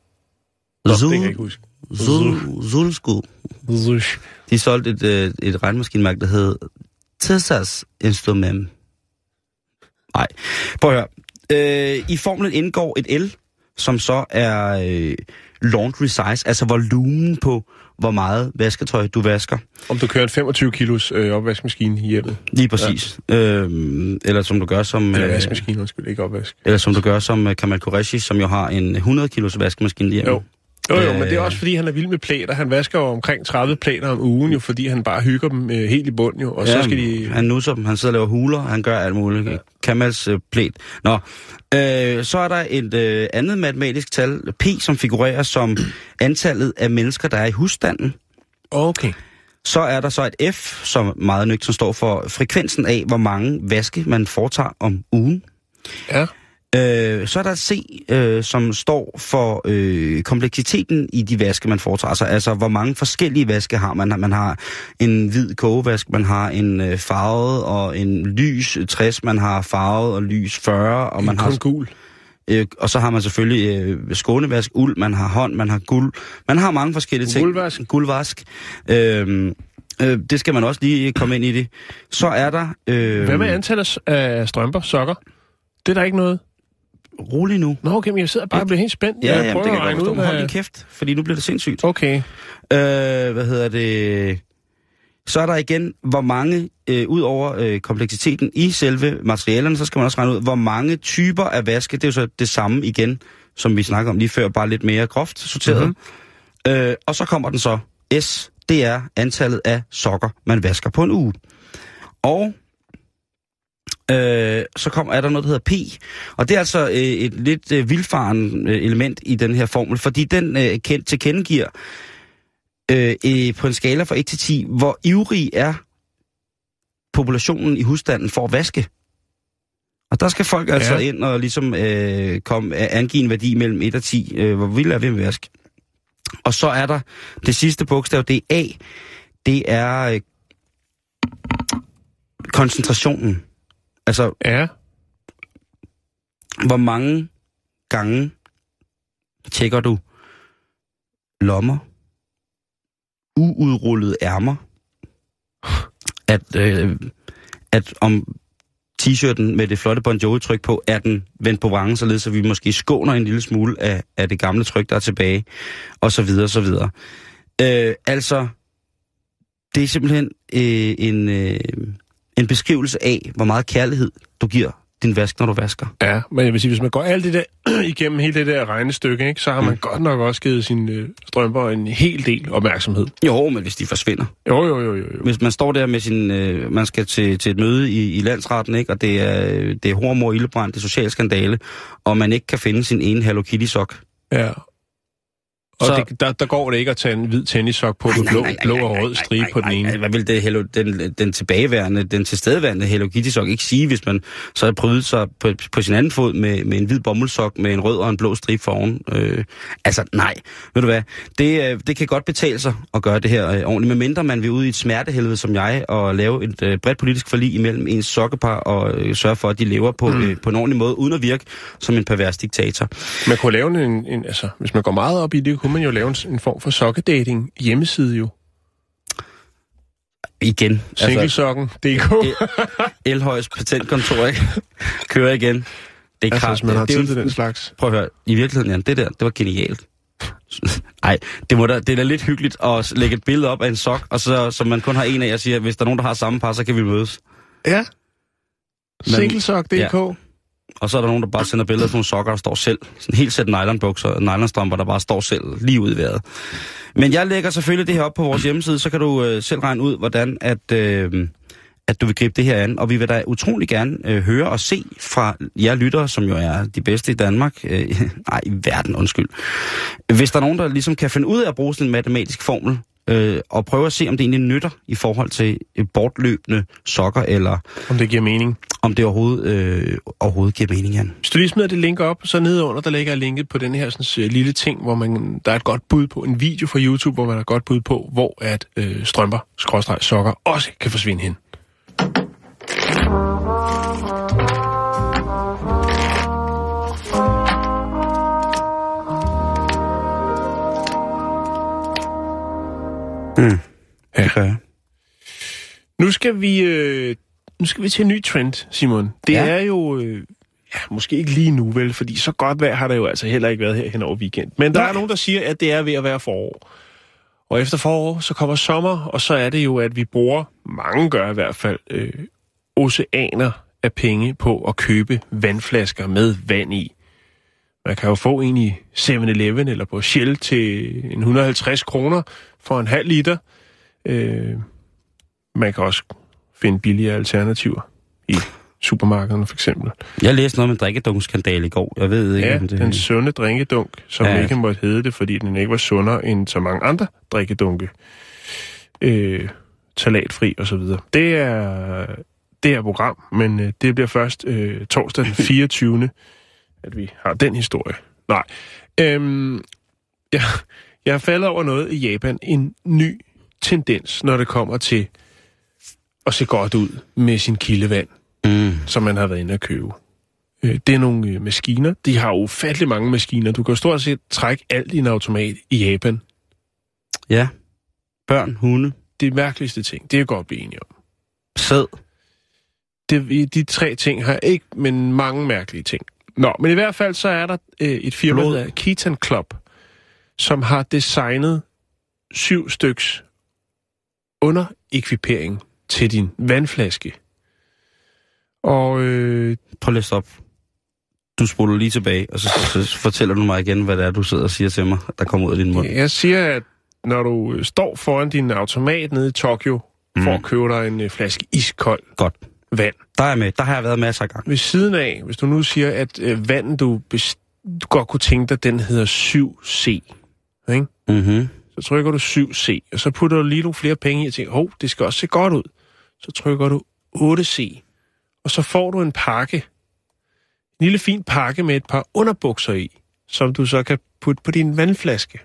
Speaker 4: Zulsku. De solgte et regnmaskinmærke, der hed Texas Instruments. Nej, prøv at høre. I formlen indgår et L, som så er laundry size, altså volumen på, hvor meget vasketøj du vasker.
Speaker 5: Om du kører en 25 kilos opvaskemaskine i hjemmet.
Speaker 4: Lige præcis. Ja. Eller som du gør som...
Speaker 5: Eller vaskemaskine, undskyld, ikke opvask.
Speaker 4: Eller som du gør som Kamal Qureshi, som jo har en 100 kilos vaskemaskine hjemme.
Speaker 5: Jo, men det er også fordi, han er vild med plæter. Han vasker jo omkring 30 plæter om ugen, jo, fordi han bare hygger dem helt i bunden, jo. Og så skal de...
Speaker 4: Han nusser dem, han sidder og laver huler, han gør alt muligt. Ja. Kamals plæt. Nå, så er der et andet matematisk tal, P, som figurerer som antallet af mennesker, der er i husstanden.
Speaker 5: Okay.
Speaker 4: Så er der så et F, som meget nøgternt står for frekvensen af, hvor mange vaske man foretager om ugen.
Speaker 5: Ja.
Speaker 4: Så er der et C, som står for kompleksiteten i de vaske, man foretager. Altså, hvor mange forskellige vaske har man. Man har en hvid kogevask, man har en farvet og en lys 60, man har farvet og lys 40. Og man har
Speaker 5: gul.
Speaker 4: Og så har man selvfølgelig skånevask, uld, man har hånd, man har guld. Man har mange forskellige ting. Guldvask. Det skal man også lige komme ind i det. Så er der...
Speaker 5: Hvad med antallet af strømper, sokker? Det er der ikke noget...
Speaker 4: Rolig nu.
Speaker 5: Nå, okay, men jeg sidder bare og bliver helt spændt.
Speaker 4: Ja, det kan godt forstå. Hold din kæft, fordi nu bliver det sindssygt.
Speaker 5: Okay.
Speaker 4: Så er der igen, hvor mange, ud over kompleksiteten i selve materialerne, så skal man også regne ud, hvor mange typer af vaske, det er jo så det samme igen, som vi snakker om lige før, bare lidt mere groft sorteret. Mm-hmm. Og så kommer den så, S, det er antallet af sokker, man vasker på en uge. Og så er der noget, der hedder P, og det er altså et lidt vildfarende element i den her formel, fordi den tilkendegiver på en skala fra 1 til 10, hvor ivrig er populationen i husstanden for at vaske. Og der skal folk altså ind og ligesom angive en værdi mellem 1 og 10, hvor vildt er vi med vask. Og så er der det sidste bogstav, det er A, det er koncentrationen. Altså, hvor mange gange tjekker du lommer, uudrullede ærmer, at om t-shirten med det flotte Bon Jovi-tryk på, er den vendt på vrangen, således at vi måske skåner en lille smule af det gamle tryk, der er tilbage, og så videre, og så videre. Altså, det er simpelthen en beskrivelse af, hvor meget kærlighed du giver din vask, når du vasker.
Speaker 5: Ja, men jeg vil sige, hvis man går alt det der igennem hele det der regnestykke, ikke, så har man godt nok også givet sine strømper en hel del opmærksomhed.
Speaker 4: Jo, men hvis de forsvinder.
Speaker 5: Jo.
Speaker 4: Hvis man står der med sin... man skal til et møde i landsretten, ikke, og det er hormor, ildebrand, det er social skandale, og man ikke kan finde sin ene Hello Kitty-sok.
Speaker 5: Ja. Og så, der går det ikke at tage en hvid tennissok på med blå og rød stribe på den ene.
Speaker 4: Hvad vil det den tilbageværende, den tilstedeværende Hello Kitty-sok ikke sige, hvis man så har prøvet sig på sin anden fod med en hvid bomuldssok med en rød og en blå stribe foroven? Altså nej, ved du hvad, det kan godt betale sig at gøre det her ordentligt, medmindre man vil ud i et smertehelvede som jeg, og lave et bredt politisk forlig imellem ens sokkepar, og sørge for, at de lever på en ordentlig måde, uden at virke som en pervers diktator.
Speaker 5: Man kunne lave en altså, hvis man går meget op i det, kunne man jo lave en form for sokkedating hjemmeside jo.
Speaker 4: Igen.
Speaker 5: Singlesokken.dk
Speaker 4: Elhøjs patentkontor, ikke? Kører igen.
Speaker 5: Det er klart, man har tid til den slags.
Speaker 4: Prøv at høre, i virkeligheden, Jan, det var genialt. Nej, det er da lidt hyggeligt at lægge et billede op af en sok, og så man kun har en af jer siger, hvis der er nogen, der har samme par, så kan vi mødes.
Speaker 5: Ja. Singlesock.dk. Ja.
Speaker 4: Og så er der nogen, der bare sender billeder af nogle sokker, der står selv. Sådan helt sæt nylonbukser, nylonstrømper, der bare står selv lige ud i vejret. Men jeg lægger selvfølgelig det her op på vores hjemmeside, så kan du selv regne ud, hvordan at du vil gribe det her an. Og vi vil da utrolig gerne høre og se fra jer lyttere, som jo er de bedste i Danmark. Nej, i verden, undskyld. Hvis der er nogen, der ligesom kan finde ud af at bruge sådan en matematisk formel, og prøve at se, om det egentlig nytter i forhold til bortløbende sokker, eller
Speaker 5: om det giver mening.
Speaker 4: Om det overhovedet giver mening, Jan.
Speaker 5: Hvis du lige smider det link op, så nede under, der ligger linket på den her sådan, lille ting, hvor der er et godt bud på, en video fra YouTube, hvor man har et godt bud på, hvor at strømper/sokker også kan forsvinde hen.
Speaker 4: Ja. Okay.
Speaker 5: Nu skal vi til en ny trend, Simon. Det er jo måske ikke lige nu, vel, fordi så godt vejr har der jo altså heller ikke været her hen over weekend. Men der er nogen, der siger, at det er ved at være forår. Og efter forår, så kommer sommer, og så er det jo, at vi bruger, mange gør i hvert fald, oceaner af penge på at købe vandflasker med vand i. Man kan jo få en i 7-Eleven eller på Shell til 150 kroner for en halv liter. Man kan også finde billigere alternativer i supermarkederne for eksempel.
Speaker 4: Jeg læste noget med drikkedunkskandale i går. Jeg ved ikke,
Speaker 5: om det... den sunde drikkedunk, som ikke måtte hedde det, fordi den ikke var sundere end så mange andre drikkedunke. Salatfri og så videre. Det er program, men det bliver først torsdag den 24. at vi har den historie. Nej. Jeg har faldet over noget i Japan. En ny tendens, når det kommer til at se godt ud med sin kildevand, som man har været inde at købe. Det er nogle maskiner. De har ufattelig mange maskiner. Du kan stort set trække alt i en automat i Japan.
Speaker 4: Ja. Børn, hunde.
Speaker 5: Det mærkeligste ting, det er godt blive enige om.
Speaker 4: Sæd.
Speaker 5: De 3 ting har ikke, men mange mærkelige ting. Nå, men i hvert fald så er der et firma, der hedder Kitan Club, som har designet 7 styks underekvipering til din vandflaske. Og
Speaker 4: prøv lige stop. Du spoler lige tilbage, og så fortæller du mig igen, hvad det er, du sidder og siger til mig, der kommer ud af din mund.
Speaker 5: Jeg siger, at når du står foran din automat nede i Tokyo, for at købe dig en flaske iskold vand.
Speaker 4: Der er med. Der har jeg været masser af gang.
Speaker 5: Ved siden af, hvis du nu siger, at vandet, du godt kunne tænke dig, den hedder 7C. Ikke?
Speaker 4: Mm-hmm.
Speaker 5: Så trykker du 7C, og så putter du lige nogle flere penge i, og tænker, det skal også se godt ud. Så trykker du 8C, og så får du en pakke. En lille fin pakke med et par underbukser i, som du så kan putte på din vandflaske.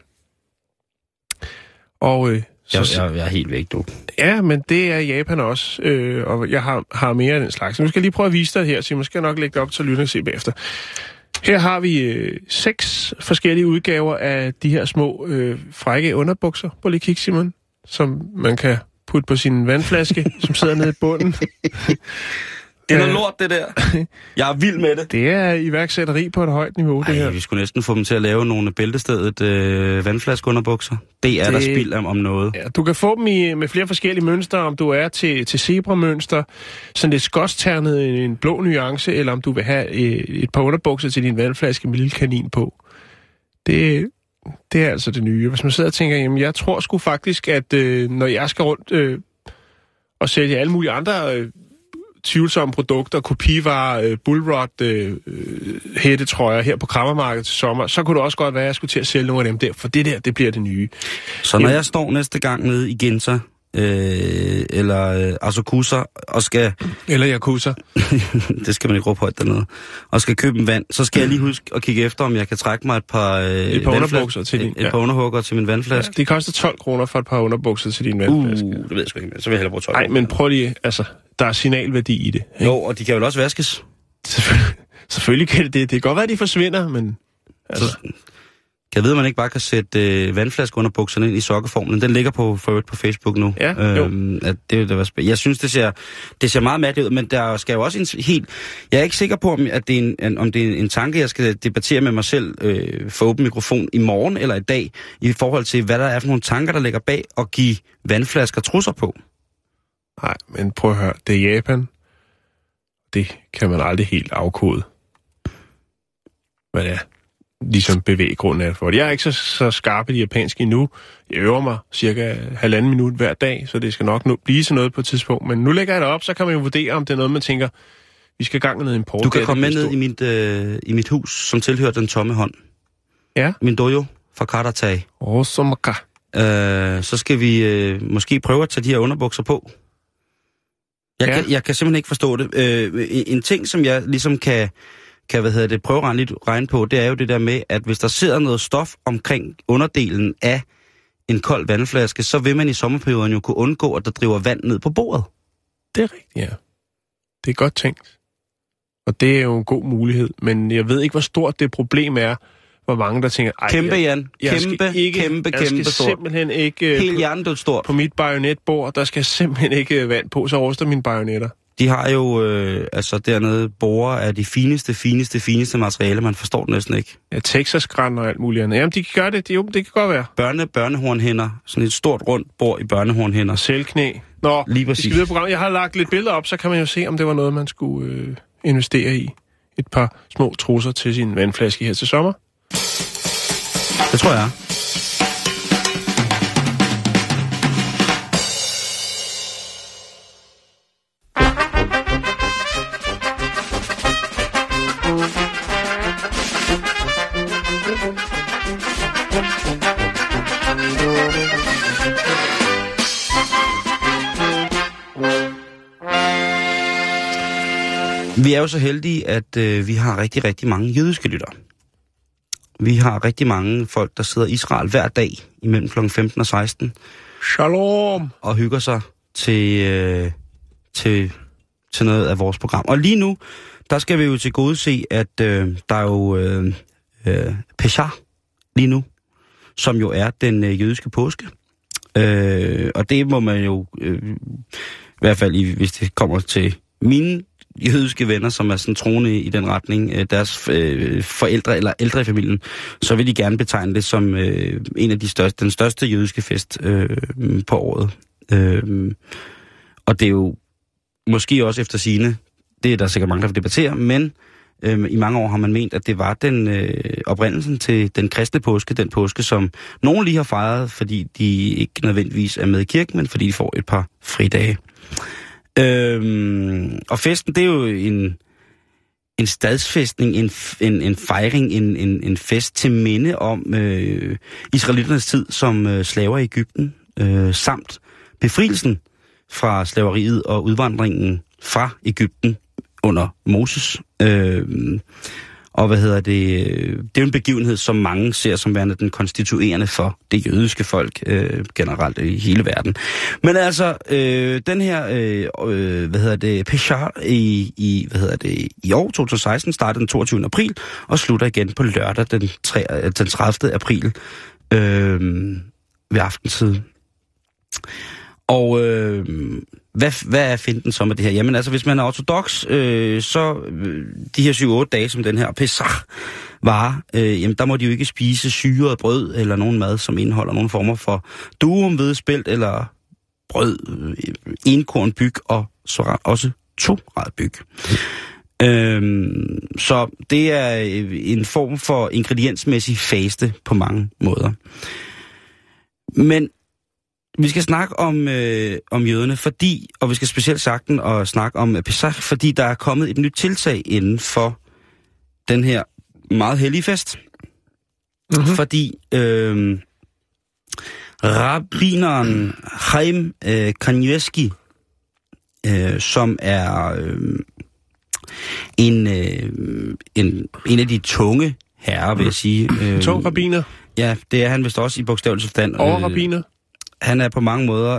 Speaker 5: Og
Speaker 4: jeg er helt væk, du.
Speaker 5: Ja, men det er Japan også, og jeg har mere af den slags. Nu skal jeg lige prøve at vise dig her, så måske nok lægge det op, så lytter se bagefter. Her har vi 6 forskellige udgaver af de her små frække underbukser. Prøv lige kig, Simon, som man kan putte på sin vandflaske, som sidder nede i bunden.
Speaker 4: Det er noget lort, det der. Jeg er vild med det.
Speaker 5: Det er iværksætteri på et højt niveau, det her.
Speaker 4: Vi skulle næsten få dem til at lave nogle bæltestedet vandflaskeunderbukser. Det er der spild om noget.
Speaker 5: Ja, du kan få dem med flere forskellige mønstre, om du er til zebramønster, sådan lidt skotsternet, en blå nuance, eller om du vil have et par underbukser til din vandflaske med lille kanin på. Det er altså det nye. Hvis man sidder og tænker, jamen jeg tror sgu faktisk, at når jeg skal rundt og sælge alle mulige andre tvivlsomme produkter, kopivarer, bullrod, hættetrøjer her på Krammermarkedet til sommer, så kunne det også godt være, at jeg skulle til at sælge nogle af dem der, for det bliver det nye.
Speaker 4: Så når jeg står næste gang nede i Ginza, eller Asakusa, og skal...
Speaker 5: Eller Yakuza.
Speaker 4: Det skal man ikke råbe højt dernede. Og skal købe en vand, så skal jeg lige huske at kigge efter, om jeg kan trække mig et par
Speaker 5: underbukser til din...
Speaker 4: Et par underhugger til min vandflaske.
Speaker 5: Ja, det koster 12 kroner for et par underbukser til din vandflaske.
Speaker 4: Det ved jeg sgu ikke mere. Så vil jeg hellere bruge 12
Speaker 5: kroner. Nej, men prøv lige, altså, der er signalværdi i det. Ikke?
Speaker 4: Jo, og de kan jo også vaskes.
Speaker 5: Selvfølgelig kan det. Det kan godt være, at de forsvinder, men... Altså...
Speaker 4: Så, jeg ved, at man ikke bare kan sætte vandflaske under bukserne ind i sokkeformen. Den ligger på Facebook nu.
Speaker 5: Ja,
Speaker 4: jeg synes, det ser meget mærkeligt ud, men der skal jo også en helt... Jeg er ikke sikker på, at det er en tanke, jeg skal debattere med mig selv for åben mikrofon i morgen eller i dag, i forhold til, hvad der er for nogle tanker, der ligger bag at give vandflasker trusser på.
Speaker 5: Nej, men prøv at høre. Det er Japan. Det kan man aldrig helt afkode. hvad det er, ligesom bevæggrunden er for det. Jeg er ikke så skarp i det japanske endnu. Jeg øver mig cirka 1,5 minut hver dag, så det skal nok blive til noget på et tidspunkt. Men nu lægger jeg det op, så kan man jo vurdere, om det er noget, man tænker, vi skal i gang med noget import.
Speaker 4: Du kan komme med ned i mit hus, som tilhører den tomme hånd.
Speaker 5: Ja.
Speaker 4: Min dojo fra Karatai.
Speaker 5: Somaka.
Speaker 4: Så skal vi måske prøve at tage de her underbukser på. Jeg kan simpelthen ikke forstå det. En ting, som jeg ligesom kan prøve at regne på, det er jo det der med, at hvis der sidder noget stof omkring underdelen af en kold vandflaske, så vil man i sommerperioden jo kunne undgå, at der driver vand ned på bordet.
Speaker 5: Det er rigtigt, ja. Det er godt tænkt. Og det er jo en god mulighed, men jeg ved ikke, hvor stort det problem er, hvor mange der tænker,
Speaker 4: kæmpe, Jan. Kæmpe
Speaker 5: jeg skal
Speaker 4: stort.
Speaker 5: Simpelthen ikke
Speaker 4: helt hjernedødt stort.
Speaker 5: På mit bajonetbord, der skal simpelthen ikke vand på, så ruster mine bajonetter.
Speaker 4: De har jo dernede borer af de fineste materiale, man forstår det næsten ikke.
Speaker 5: Ja, Texas-græn og alt muligt andet. Jamen, de kan gøre det. Det kan godt være.
Speaker 4: Børnehornhænder. Sådan et stort rundt bord i børnehornhænder.
Speaker 5: Selvknæ. Nå,
Speaker 4: lige præcis.
Speaker 5: Vi skal videre program. Jeg har lagt lidt billeder op, så kan man jo se, om det var noget, man skulle investere i. Et par små trusser til sin vandflaske her til sommer.
Speaker 4: Det tror jeg. Vi er jo så heldige, at vi har rigtig, rigtig mange jødiske lyttere. Vi har rigtig mange folk, der sidder i Israel hver dag imellem kl. 15 og 16.
Speaker 5: Shalom!
Speaker 4: Og hygger sig til noget af vores program. Og lige nu, der skal vi jo til gode se, at der er jo Pesach lige nu, som jo er den jødiske påske. Og det må man jo, i hvert fald hvis det kommer til mine jødiske venner, som er sådan troende i den retning, deres forældre eller ældre i familien, så vil de gerne betegne det som en af den største jødiske fest på året. Og det er jo måske også efter sigende, det er der sikkert mange, der vil debattere, men i mange år har man ment, at det var den oprindelsen til den kristne påske, den påske, som nogen lige har fejret, fordi de ikke nødvendigvis er med i kirken, men fordi de får et par fridage. Og festen, det er jo en stadsfæstning, en fejring, en fest til minde om israeliternes tid som slaver i Egypten, samt befrielsen fra slaveriet og udvandringen fra Egypten under Moses. Og det er jo en begivenhed, som mange ser som værende den konstituerende for det jødiske folk generelt i hele verden. Men altså, den her, Pesach i år 2016 startede den 22. april og slutter igen på lørdag den 30. april ved aftentid. Og hvad er finten så med det her? Jamen altså, hvis man er ortodox, så de her 7-8 dage, som den her Pesach varer, jamen der må de jo ikke spise syret brød eller nogen mad, som indeholder nogle former for durum, hvedespelt eller brød, enkornbyg og så også 2-radbyg. Så det er en form for ingrediensmæssig faste på mange måder. Men vi skal snakke om jøderne, og vi skal specielt snakke om Pesach, fordi der er kommet et nyt tiltag inden for den her meget hellige fest. Mm-hmm. Fordi rabbineren Chaim Kanievski, som er en af de tunge herrer, vil jeg sige.
Speaker 5: Tung rabbiner?
Speaker 4: Ja, det er han vist også i bogstavelig forstand.
Speaker 5: Overrabbiner?
Speaker 4: Han er på mange måder,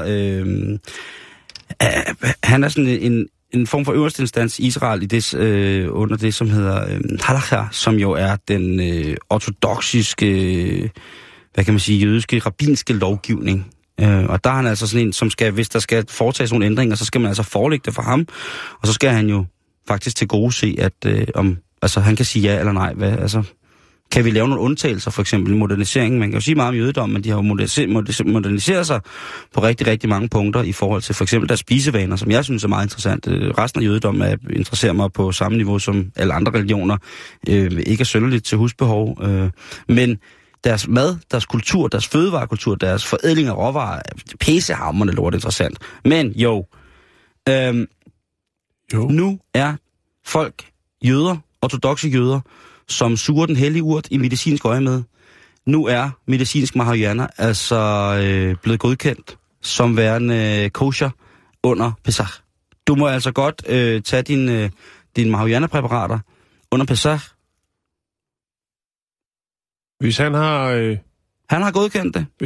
Speaker 4: han er sådan en form for øverste instans i Israel under det, som hedder halakha, som jo er den ortodoksiske, jødiske, rabbinske lovgivning. Og der er han altså sådan en, som skal, hvis der skal foretages nogle ændringer, så skal man altså forelægge det for ham, og så skal han jo faktisk til gode se, at han kan sige ja eller nej, Kan vi lave nogle undtagelser, for eksempel modernisering? Man kan jo sige meget om jødedom, men de har jo moderniseret sig på rigtig, rigtig mange punkter i forhold til for eksempel deres spisevaner, som jeg synes er meget interessant. Resten af jødedom interesserer mig på samme niveau som alle andre religioner. Ikke er synderligt til husbehov, men deres mad, deres kultur, deres fødevarekultur, deres forædling af råvarer, pæsehamrende lort interessant. Men jo, nu er folk, jøder, ortodokse jøder, som suger den hellige urt i medicinsk øje med. Nu er medicinsk marihuana altså blevet godkendt som værende kosher under Pesach. Du må altså godt tage dine marihuana-præparater under Pesach.
Speaker 5: Hvis han har...
Speaker 4: Han har godkendt det.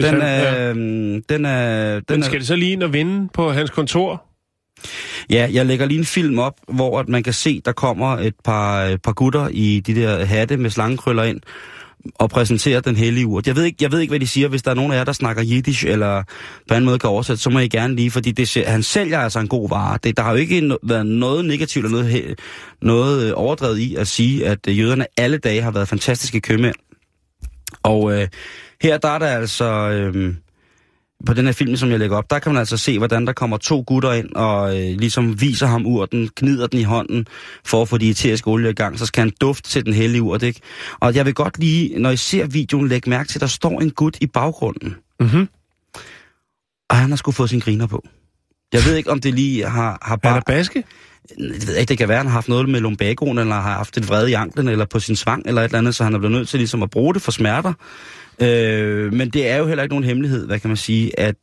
Speaker 5: Men skal det så lige ind og vinde på hans kontor?
Speaker 4: Ja, jeg lægger lige en film op, hvor man kan se, der kommer et par gutter i de der hatte med slangekrøller ind og præsenterer den hellige urt. Jeg ved ikke, hvad de siger. Hvis der er nogen af jer, der snakker jiddisch eller på en måde kan oversætte, så må I gerne lige, fordi han sælger altså en god vare. Der har jo ikke været noget negativt eller noget overdrevet i at sige, at jøderne alle dage har været fantastiske købmænd. Og her der er der altså... på den her film, som jeg lægger op, der kan man altså se, hvordan der kommer 2 gutter ind og ligesom viser ham urten, gnider den i hånden for at få de eteriske olie i gang. Så skal han dufte til den hellige urt, ikke? Og jeg vil godt lige, når I ser videoen, lægge mærke til, at der står en gut i baggrunden.
Speaker 5: Mhm.
Speaker 4: Og han har sgu fået sin griner på. Jeg ved ikke, om det lige har bare...
Speaker 5: Er der baske?
Speaker 4: Jeg ved ikke, det kan være, han har haft noget med lumbagoen, eller har haft et vrede i anklen, eller på sin svang, eller et eller andet, så han er blevet nødt til ligesom at bruge det for smerter. Men det er jo heller ikke nogen hemmelighed, hvad kan man sige, at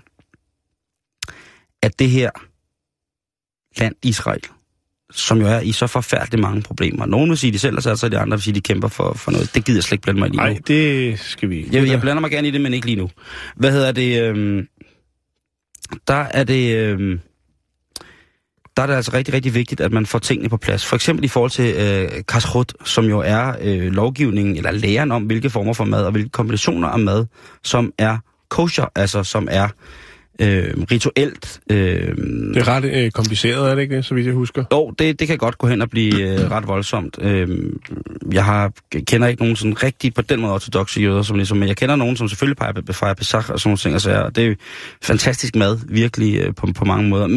Speaker 4: det her land, Israel, som jo er i så forfærdeligt mange problemer. Nogen vil sige, de selv er sat sig, de andre vil sige, de kæmper for noget. Det gider jeg slet ikke blande mig i lige nu.
Speaker 5: Nej, det skal vi ikke.
Speaker 4: Jeg blander mig gerne i det, men ikke lige nu. Hvad hedder det? Der er det altså rigtig, rigtig vigtigt, at man får tingene på plads. For eksempel i forhold til kashrut, som jo er lovgivningen, eller læren om, hvilke former for mad og hvilke kombinationer af mad, som er kosher, altså som er rituelt.
Speaker 5: Det er ret kompliceret, er det ikke, så vidt jeg husker?
Speaker 4: Jo, det kan godt gå hen og blive ret voldsomt. Jeg kender ikke nogen sådan rigtig på den måde ortodokse jøder, som ligesom, men jeg kender nogen, som selvfølgelig fejrer Pesach og sådan nogle ting, og så det er jo fantastisk mad, virkelig på mange måder.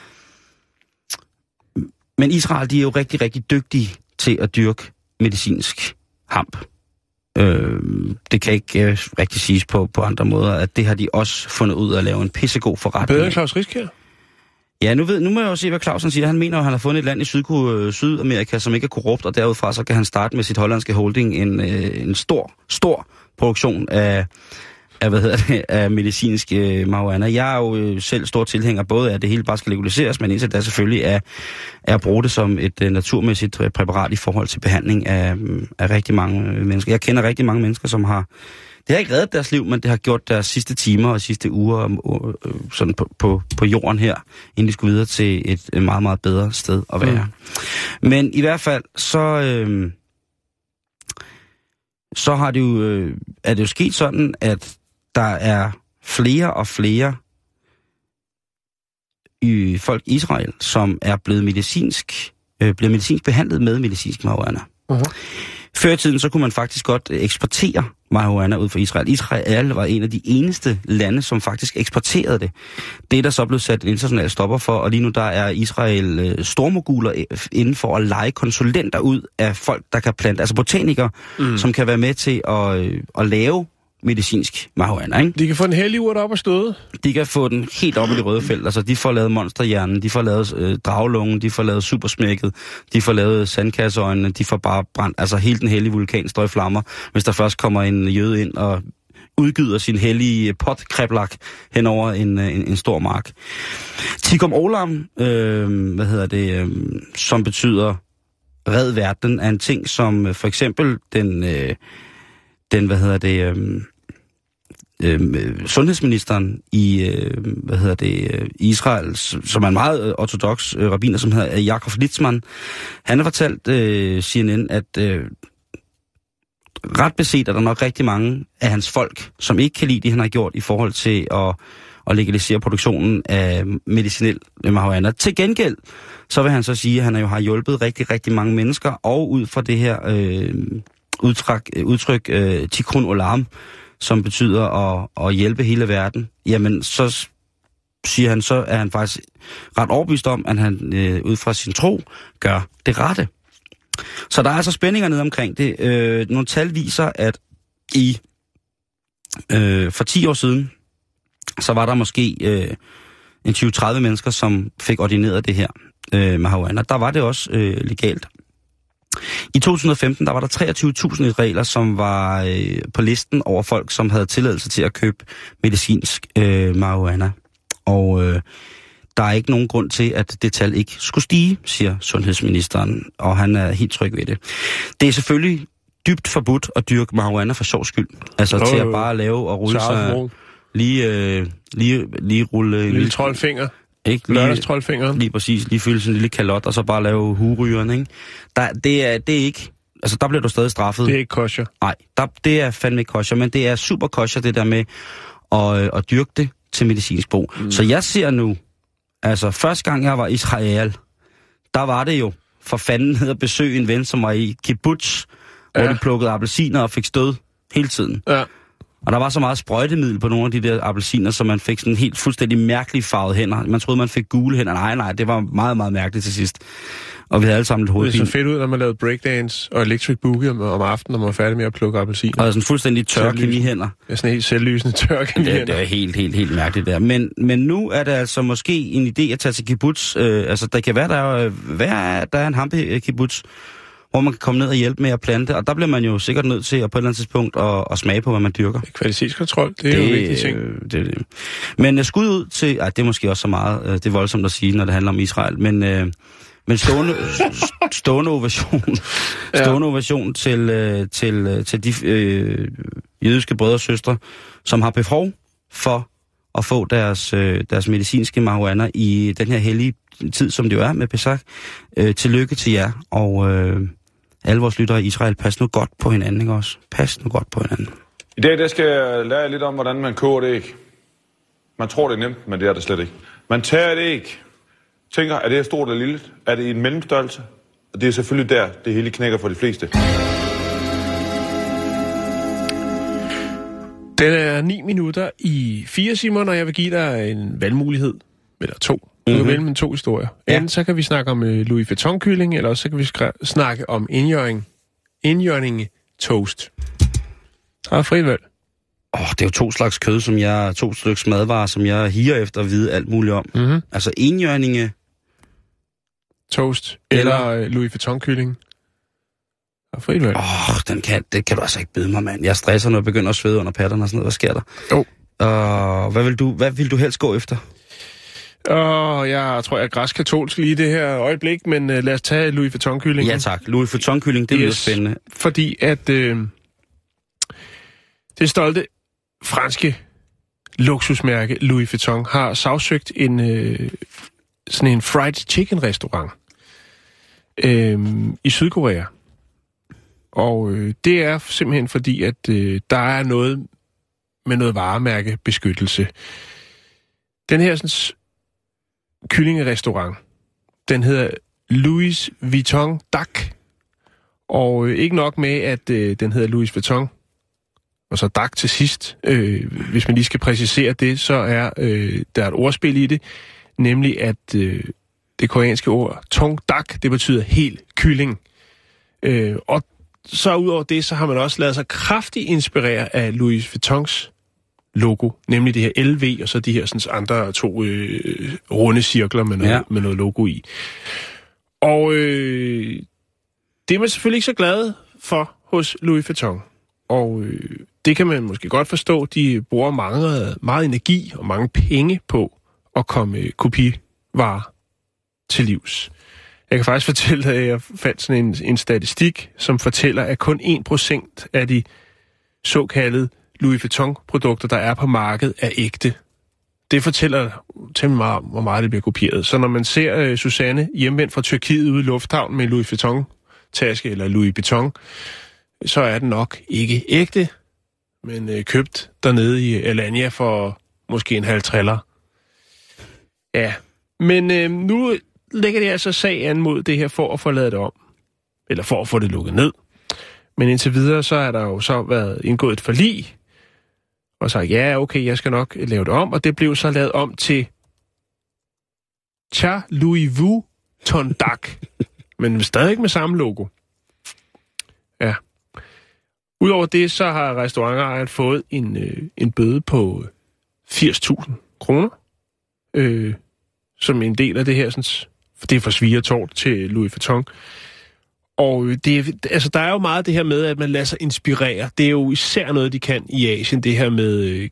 Speaker 4: Men Israel, de er jo rigtig, rigtig dygtige til at dyrke medicinsk hamp. Det kan ikke rigtig siges på andre måder, at det har de også fundet ud af at lave en pissegod forretning.
Speaker 5: Bedre end Claus Riskær?
Speaker 4: Ja, nu må jeg jo se, hvad Clausen siger. Han mener jo, at han har fundet et land i Sydamerika, som ikke er korrupt, og derudfra så kan han starte med sit hollandske holding en stor produktion af medicinsk marihuana. Jeg er jo selv stor tilhænger, både at det hele bare skal legaliseres, men indtil da selvfølgelig er at bruge det som et naturmæssigt præparat i forhold til behandling af rigtig mange mennesker. Jeg kender rigtig mange mennesker, som har... Det har ikke reddet deres liv, men det har gjort deres sidste timer og sidste uger sådan på jorden her, inden de skulle videre til et meget, meget bedre sted at være. Men i hvert fald, så har er det jo sket sådan, at der er flere og flere folk i Israel, som er blevet medicinsk behandlet med medicinsk marihuana. Uh-huh. Før i tiden, så kunne man faktisk godt eksportere marihuana ud fra Israel. Israel var en af de eneste lande, som faktisk eksporterede det. Det er der så blevet sat en international stopper for, og lige nu der er Israel stormoguler inden for at lege konsulenter ud af folk, der kan plante, altså botanikere, som kan være med til at lave medicinsk marihuana, ikke?
Speaker 5: De kan få en hellig urt op og støde.
Speaker 4: De kan få den helt op i det røde felt. Altså, de får lavet monsterhjernen, de får lavet draglungen, de får lavet supersmækket, de får lavet sandkasseøjnene, de får bare brændt. Altså, hele den hellige vulkan står i flammer, hvis der først kommer en jøde ind og udgyder sin hellige potkreblak hen over en stor mark. Tikkun Olam, som betyder red verden, er en ting, som for eksempel sundhedsministeren i Israel, som er en meget ortodoks rabbiner, som hedder Jakob Litzman, han har fortalt CNN, at ret beset er der nok rigtig mange af hans folk, som ikke kan lide det, han har gjort i forhold til at legalisere produktionen af medicinel marihuana. Til gengæld, så vil han så sige, at han jo har hjulpet rigtig, rigtig mange mennesker, og ud fra det her udtryk Tikkun Olam, som betyder at hjælpe hele verden, jamen så siger han, så er han faktisk ret overbevist om, at han ud fra sin tro gør det rette. Så der er altså spændinger nede omkring det. Nogle tal viser, at for 10 år siden, så var der måske en 20-30 mennesker, som fik ordineret det her marihuana. Der var det også legalt. I 2015, der var der 23.000 israeler, som var på listen over folk, som havde tilladelse til at købe medicinsk marihuana. Og der er ikke nogen grund til, at det tal ikke skulle stige, siger sundhedsministeren, og han er helt tryg ved det. Det er selvfølgelig dybt forbudt at dyrke marihuana for sjov skyld. Altså til at bare lave og rulle sig... Lige rulle... En
Speaker 5: lille troldfinger.
Speaker 4: Ikke?
Speaker 5: Lørdagstrolfingeren.
Speaker 4: Lige præcis. Lige fylde sådan en lille kalot, og så bare lave huerygeren, ikke? Det er ikke... Altså, der bliver du stadig straffet.
Speaker 5: Det er ikke kosher.
Speaker 4: Nej, det er fandme ikke kosher, men det er super kosher, det der med at dyrke det til medicinsk brug. Så jeg ser nu... Altså, første gang jeg var i Israel, der var det jo for fanden ned at besøge en ven, som var i kibbutz, hvor de plukkede appelsiner og fik stød hele tiden. Ja. Og der var så meget sprøjtemiddel på nogle af de der appelsiner, så man fik sådan helt fuldstændig mærkeligt farvede hænder. Man troede, man fik gule hænder. Nej, det var meget, meget mærkeligt til sidst. Og vi havde alle sammen lidt hovedpine.
Speaker 5: Det så fedt ud, når man lavede breakdance og electric boogie om aftenen, når man var færdig med at plukke appelsiner.
Speaker 4: Og sådan fuldstændig tørre kemihænder.
Speaker 5: Ja, sådan helt selvlysende tørre kemihænder.
Speaker 4: Det er helt mærkeligt der. Men nu er det altså måske en idé at tage til kibbutz. Altså, der kan være, der er en hampe-kibbutz, hvor man kan komme ned og hjælpe med at plante, og der bliver man jo sikkert nødt til at på et eller andet tidspunkt at smage på, hvad man dyrker.
Speaker 5: Kvalitetskontrol, det er jo en vigtig ting.
Speaker 4: Det. Men skud ud til, det er måske også så meget, det er voldsomt at sige, når det handler om Israel, men stående ovation til de jødiske brødre og søstre, som har behov for at få deres medicinske marihuana i den her hellige tid, som det jo er med Pesach. Tillykke til jer, og alle vores lyttere i Israel, pas nu godt på hinanden, ikke også? Pas nu godt på hinanden.
Speaker 2: I dag der skal jeg lære lidt om, hvordan man koger et æg. Man tror, det er nemt, men det er det slet ikke. Man tager et æg, tænker, er det stort eller lille? Er det i en mellemstørrelse? Og det er selvfølgelig der, det hele knækker for de fleste.
Speaker 5: Den er 9 minutter i 4, Simon, og jeg vil give dig en valgmulighed, eller 2. Du kan vælge med 2 historier. Ja. Enten så kan vi snakke om Louis Vuitton-kylling, eller også så kan vi snakke om indjørning toast. Der er frit valg.
Speaker 4: Det er jo 2 slags kød, 2 stykker madvarer, som jeg higer efter at vide alt muligt om. Mm-hmm. Altså indjørninge
Speaker 5: toast eller Louis Vuitton-kylling. Der er frit valg.
Speaker 4: Det kan du altså ikke byde mig, mand. Jeg stresser, når jeg begynder at svede under patterne og sådan noget. Hvad sker der? Hvad vil du helst gå efter?
Speaker 5: Jeg tror, jeg er græsk-katolsk lige i det her øjeblik, men lad os tage Louis Vuitton-kyllingen.
Speaker 4: Ja tak, Louis Vuitton-kylling, det lyder spændende.
Speaker 5: Fordi at det stolte franske luksusmærke Louis Vuitton har sagsøgt sådan en fried chicken restaurant i Sydkorea. Og det er simpelthen fordi, at der er noget med noget varemærkebeskyttelse. Den her sådan kyllingerestaurant, den hedder Louis Vuitton Dak. Og ikke nok med, at den hedder Louis Vuitton, og så Dak til sidst. Hvis man lige skal præcisere det, så er der et ordspil i det, nemlig at det koreanske ord Tong Dak, det betyder hel kylling. Og så ud over det, så har man også lavet sig kraftigt inspirere af Louis Vuittons logo, nemlig det her LV, og så de her sådan, andre 2 runde cirkler med noget logo i. Og det er man selvfølgelig ikke så glad for hos Louis Vuitton. Og det kan man måske godt forstå, de bruger meget energi og mange penge på at komme kopivarer til livs. Jeg kan faktisk fortælle, at jeg fandt sådan en statistik, som fortæller, at kun 1% af de såkaldte Louis Vuitton-produkter, der er på markedet, er ægte. Det fortæller temmelig meget om, hvor meget det bliver kopieret. Så når man ser Susanne hjemvendt fra Tyrkiet ude i lufthavnen med en Louis Vuitton-taske eller Louis Vuitton, så er den nok ikke ægte, men købt dernede i Alanya for måske en halv triller. Ja, men nu lægger de altså sag an mod det her for at få lavet det om. Eller for at få det lukket ned. Men indtil videre, så er der jo så været indgået et forlig, og så ja, okay, jeg skal nok lave det om, og det blev så lavet om til Cha Louis Vuitton Dak, men stadig med samme logo. Ja. Udover det, så har restaurantejeren fået en bøde på 80.000 kroner, som en del af det her, sådan, det er for svigertort til Louis Vuitton. Og der er jo meget det her med, at man lader sig inspirere. Det er jo især noget, de kan i Asien, det her med,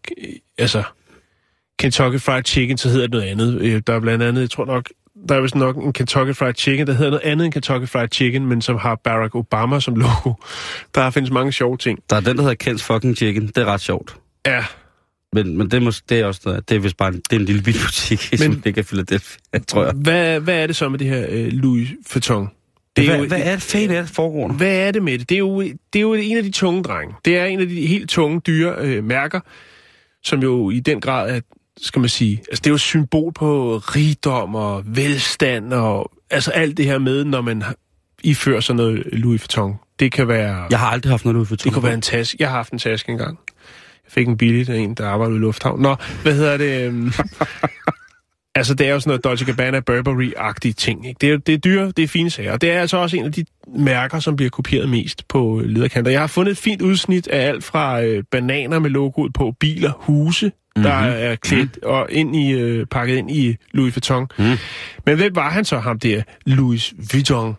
Speaker 5: Kentucky Fried Chicken, så hedder det noget andet. Der er blandt andet, jeg tror nok, der er vist nok en Kentucky Fried Chicken, der hedder noget andet end Kentucky Fried Chicken, men som har Barack Obama som logo. Der findes mange sjove ting. Der er den, der hedder Ken's Fucking Chicken. Det er ret sjovt. Ja. Men det er også noget, det er vist bare det er en lille butik, som ligger i Philadelphia, tror jeg. Hvad er det så med det her Louis Vuitton? Hvad er det fælt af det foregående? Hvad er det med det? Det er jo en af de tunge drenge. Det er en af de helt tunge, dyre mærker, som jo i den grad er, skal man sige, altså det er jo et symbol på rigdom og velstand og altså alt det her med, når man ifører sådan noget Louis Vuitton. Det kan være... Jeg har aldrig haft noget Louis Vuitton. Det kunne være en taske. Jeg har haft en taske engang. Jeg fik en billig af en, der arbejdede i lufthavn. Nå, hvad hedder det? Altså, det er jo sådan noget Dolce & Gabbana Burberry-agtige ting, ikke? Det er dyre, det er fine sager. Og det er altså også en af de mærker, som bliver kopieret mest på lederkanter. Jeg har fundet et fint udsnit af alt fra bananer med logoet på, biler, huse, der er klædt og pakket ind i Louis Vuitton. Men hvem var han så, ham der Louis Vuitton?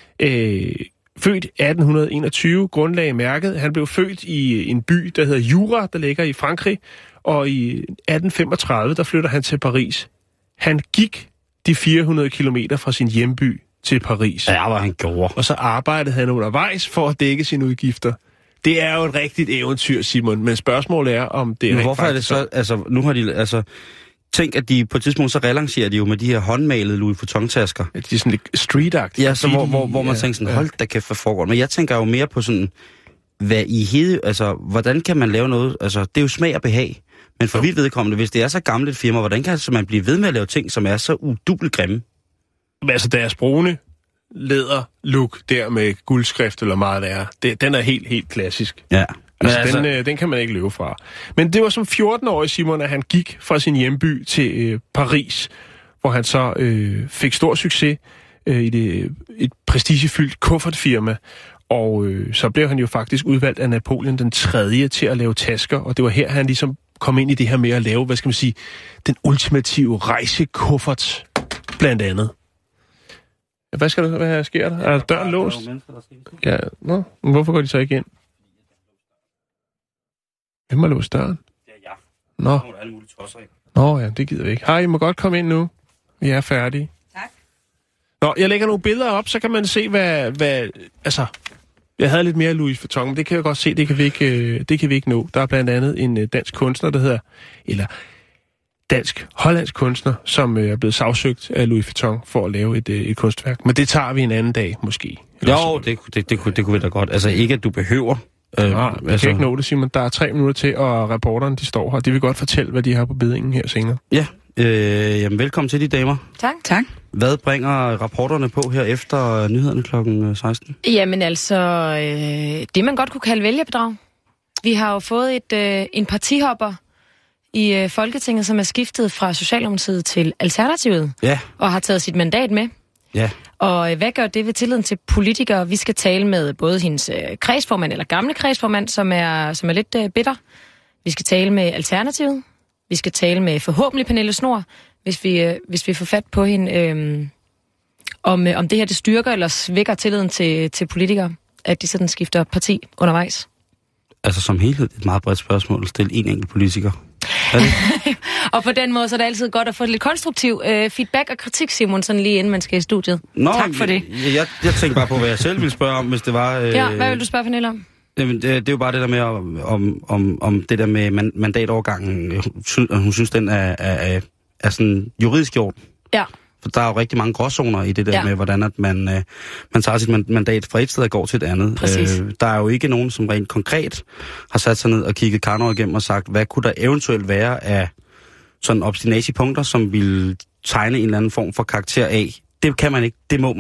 Speaker 5: Født 1821, grundlagde mærket. Han blev født i en by, der hedder Jura, der ligger i Frankrig. Og i 1835, der flytter han til Paris. Han gik de 400 kilometer fra sin hjemby til Paris. Ja, hvad han gjorde. Og så arbejdede han undervejs for at dække sine udgifter. Det er jo et rigtigt eventyr, Simon. Men spørgsmålet er, om det er
Speaker 4: men hvorfor er det så... Altså, nu har de... Tænk, at de på et tidspunkt så relancerer de jo med de her håndmalede Louis Vuitton-tasker.
Speaker 5: Ja, de er sådan lidt street-agtige.
Speaker 4: Ja, så hvor man tænker sådan, hold da kæft, hvad foregår. Men jeg tænker jo mere på sådan, hvordan kan man lave noget? Altså, det er jo smag og behag. Men for vidt vedkommende, hvis det er så gammelt et firma, hvordan kan man blive ved med at lave ting, som er så udubbelt grimme?
Speaker 5: Altså, deres brune læder-look der med guldskrift eller meget værre, den er helt klassisk. Ja. Altså, den kan man ikke løbe fra. Men det var som 14-årig, Simon, at han gik fra sin hjemby til Paris, hvor han så fik stor succes i et prestigefyldt kuffertfirma. Og så blev han jo faktisk udvalgt af Napoleon den 3. til at lave tasker, og det var her, han ligesom kom ind i det her med at lave, hvad skal man sige, den ultimative rejsekuffert, blandt andet. Hvad sker der? Er døren låst? Ja, nå, men hvorfor går de så ikke ind? Hvem har låst døren? Det er jeg. Nå, ja, det gider vi ikke. Hej, I må godt komme ind nu. Vi er færdige. Tak. Nå, jeg lægger nogle billeder op, så kan man se, hvad altså... Jeg havde lidt mere Louis Vuitton, men det kan jeg godt se, det kan vi ikke nå. Der er blandt andet en dansk kunstner, der hedder... Eller dansk-hollandsk kunstner, som er blevet sagsøgt af Louis Vuitton for at lave et kunstværk. Men det tager vi en anden dag, måske.
Speaker 4: Jo, det kunne vi da godt. Altså ikke, at du behøver...
Speaker 5: jeg kan ikke nå det, Simon. Der er 3 minutter til, og reporterne, de står her. De vil godt fortælle, hvad de har på bedingen her senere.
Speaker 4: Ja, jamen velkommen til de damer.
Speaker 1: Tak.
Speaker 4: Hvad bringer rapporterne på her efter nyhederne kl. 16?
Speaker 6: Jamen altså, det man godt kunne kalde vælgerbedrag. Vi har jo fået en partihopper i Folketinget, som er skiftet fra Socialdemokratiet til Alternativet. Ja. Og har taget sit mandat med. Ja. Og hvad gør det ved tilliden til politikere? Vi skal tale med både hendes kredsformand, eller gamle kredsformand, som er lidt bitter. Vi skal tale med Alternativet. Vi skal tale med forhåbentlig Pernille Schnoor, hvis vi får fat på hende, om det her det styrker eller svækker tilliden til politikere, at de sådan skifter parti undervejs.
Speaker 4: Altså som helhed et meget bredt spørgsmål at stille en enkelt politiker.
Speaker 6: Og på den måde så er det altid godt at få lidt konstruktiv feedback og kritik, Simon, sådan lige inden man skal i studiet.
Speaker 4: Nå,
Speaker 6: tak for det.
Speaker 4: Jeg tænkte bare på, hvad jeg selv ville spørge om, hvis det var...
Speaker 6: Ja, hvad vil du spørge Pernille om?
Speaker 4: Jamen, det er jo bare det der med, om det der med mandatovergangen. Hun synes, den er sådan juridisk gjort. Ja. For der er jo rigtig mange gråzoner i det der med, hvordan at man tager sit mandat fra et sted og går til et andet. Der er jo ikke nogen, som rent konkret har sat sig ned og kigget Karnov igennem og sagt, hvad kunne der eventuelt være af sådan obstinacy-punkter, som ville tegne en eller anden form for karakter af. Det kan man ikke, det må man ikke.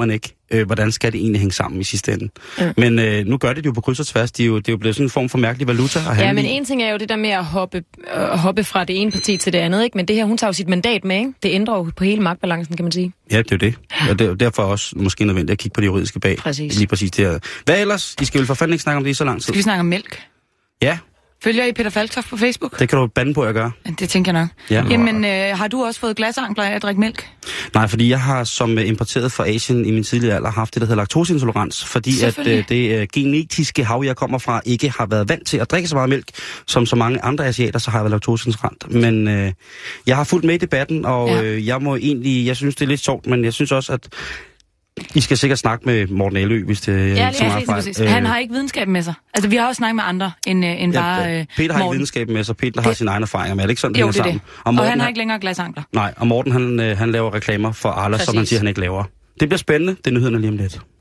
Speaker 4: hvordan skal det egentlig hænge sammen i sidste ende. Men nu gør det jo på kryds og tværs. Det er jo blevet sådan en form for mærkelig valuta at handle.
Speaker 6: Ja, men en ting er jo det der med at hoppe fra det ene parti til det andet, ikke? Men det her, hun tager jo sit mandat med, ikke? Det ændrer jo på hele magtbalancen, kan man sige.
Speaker 4: Ja, det er jo det. Og det er derfor også måske nødvendigt at kigge på det juridiske bag.
Speaker 6: Præcis.
Speaker 4: Lige præcis det her. Hvad ellers? I skal vel for fanden ikke snakke om det i så lang tid?
Speaker 7: Skal vi snakke om mælk?
Speaker 4: Ja.
Speaker 7: Følger I Peter Falktoft på Facebook?
Speaker 4: Det kan du bande på at gøre.
Speaker 7: Det tænker jeg nok.
Speaker 4: Ja.
Speaker 7: Jamen, har du også fået glasankler af at drikke mælk?
Speaker 4: Nej, fordi jeg har som importeret fra Asien i min tidligere alder haft det, der hedder laktoseintolerans. Fordi at det genetiske hav, jeg kommer fra, ikke har været vant til at drikke så meget mælk, som så mange andre asiater, så har jeg været laktoseintolerant. Men jeg har fulgt med i debatten, og jeg synes det er lidt sjovt, men jeg synes også, at I skal sikkert snakke med Morten Elø, hvis det er så meget fejl.
Speaker 7: Han har ikke videnskab med sig. Altså, vi har også snakket med andre end bare
Speaker 4: Peter har ikke videnskab med sig. Peter har sine egne erfaringer med. Er det ikke sådan, det hænger sammen?
Speaker 7: Og han har ikke længere glasankler.
Speaker 4: Nej, og Morten han laver reklamer for Arla, som han siger, han ikke laver. Det bliver spændende. Det er nyhederne lige om lidt.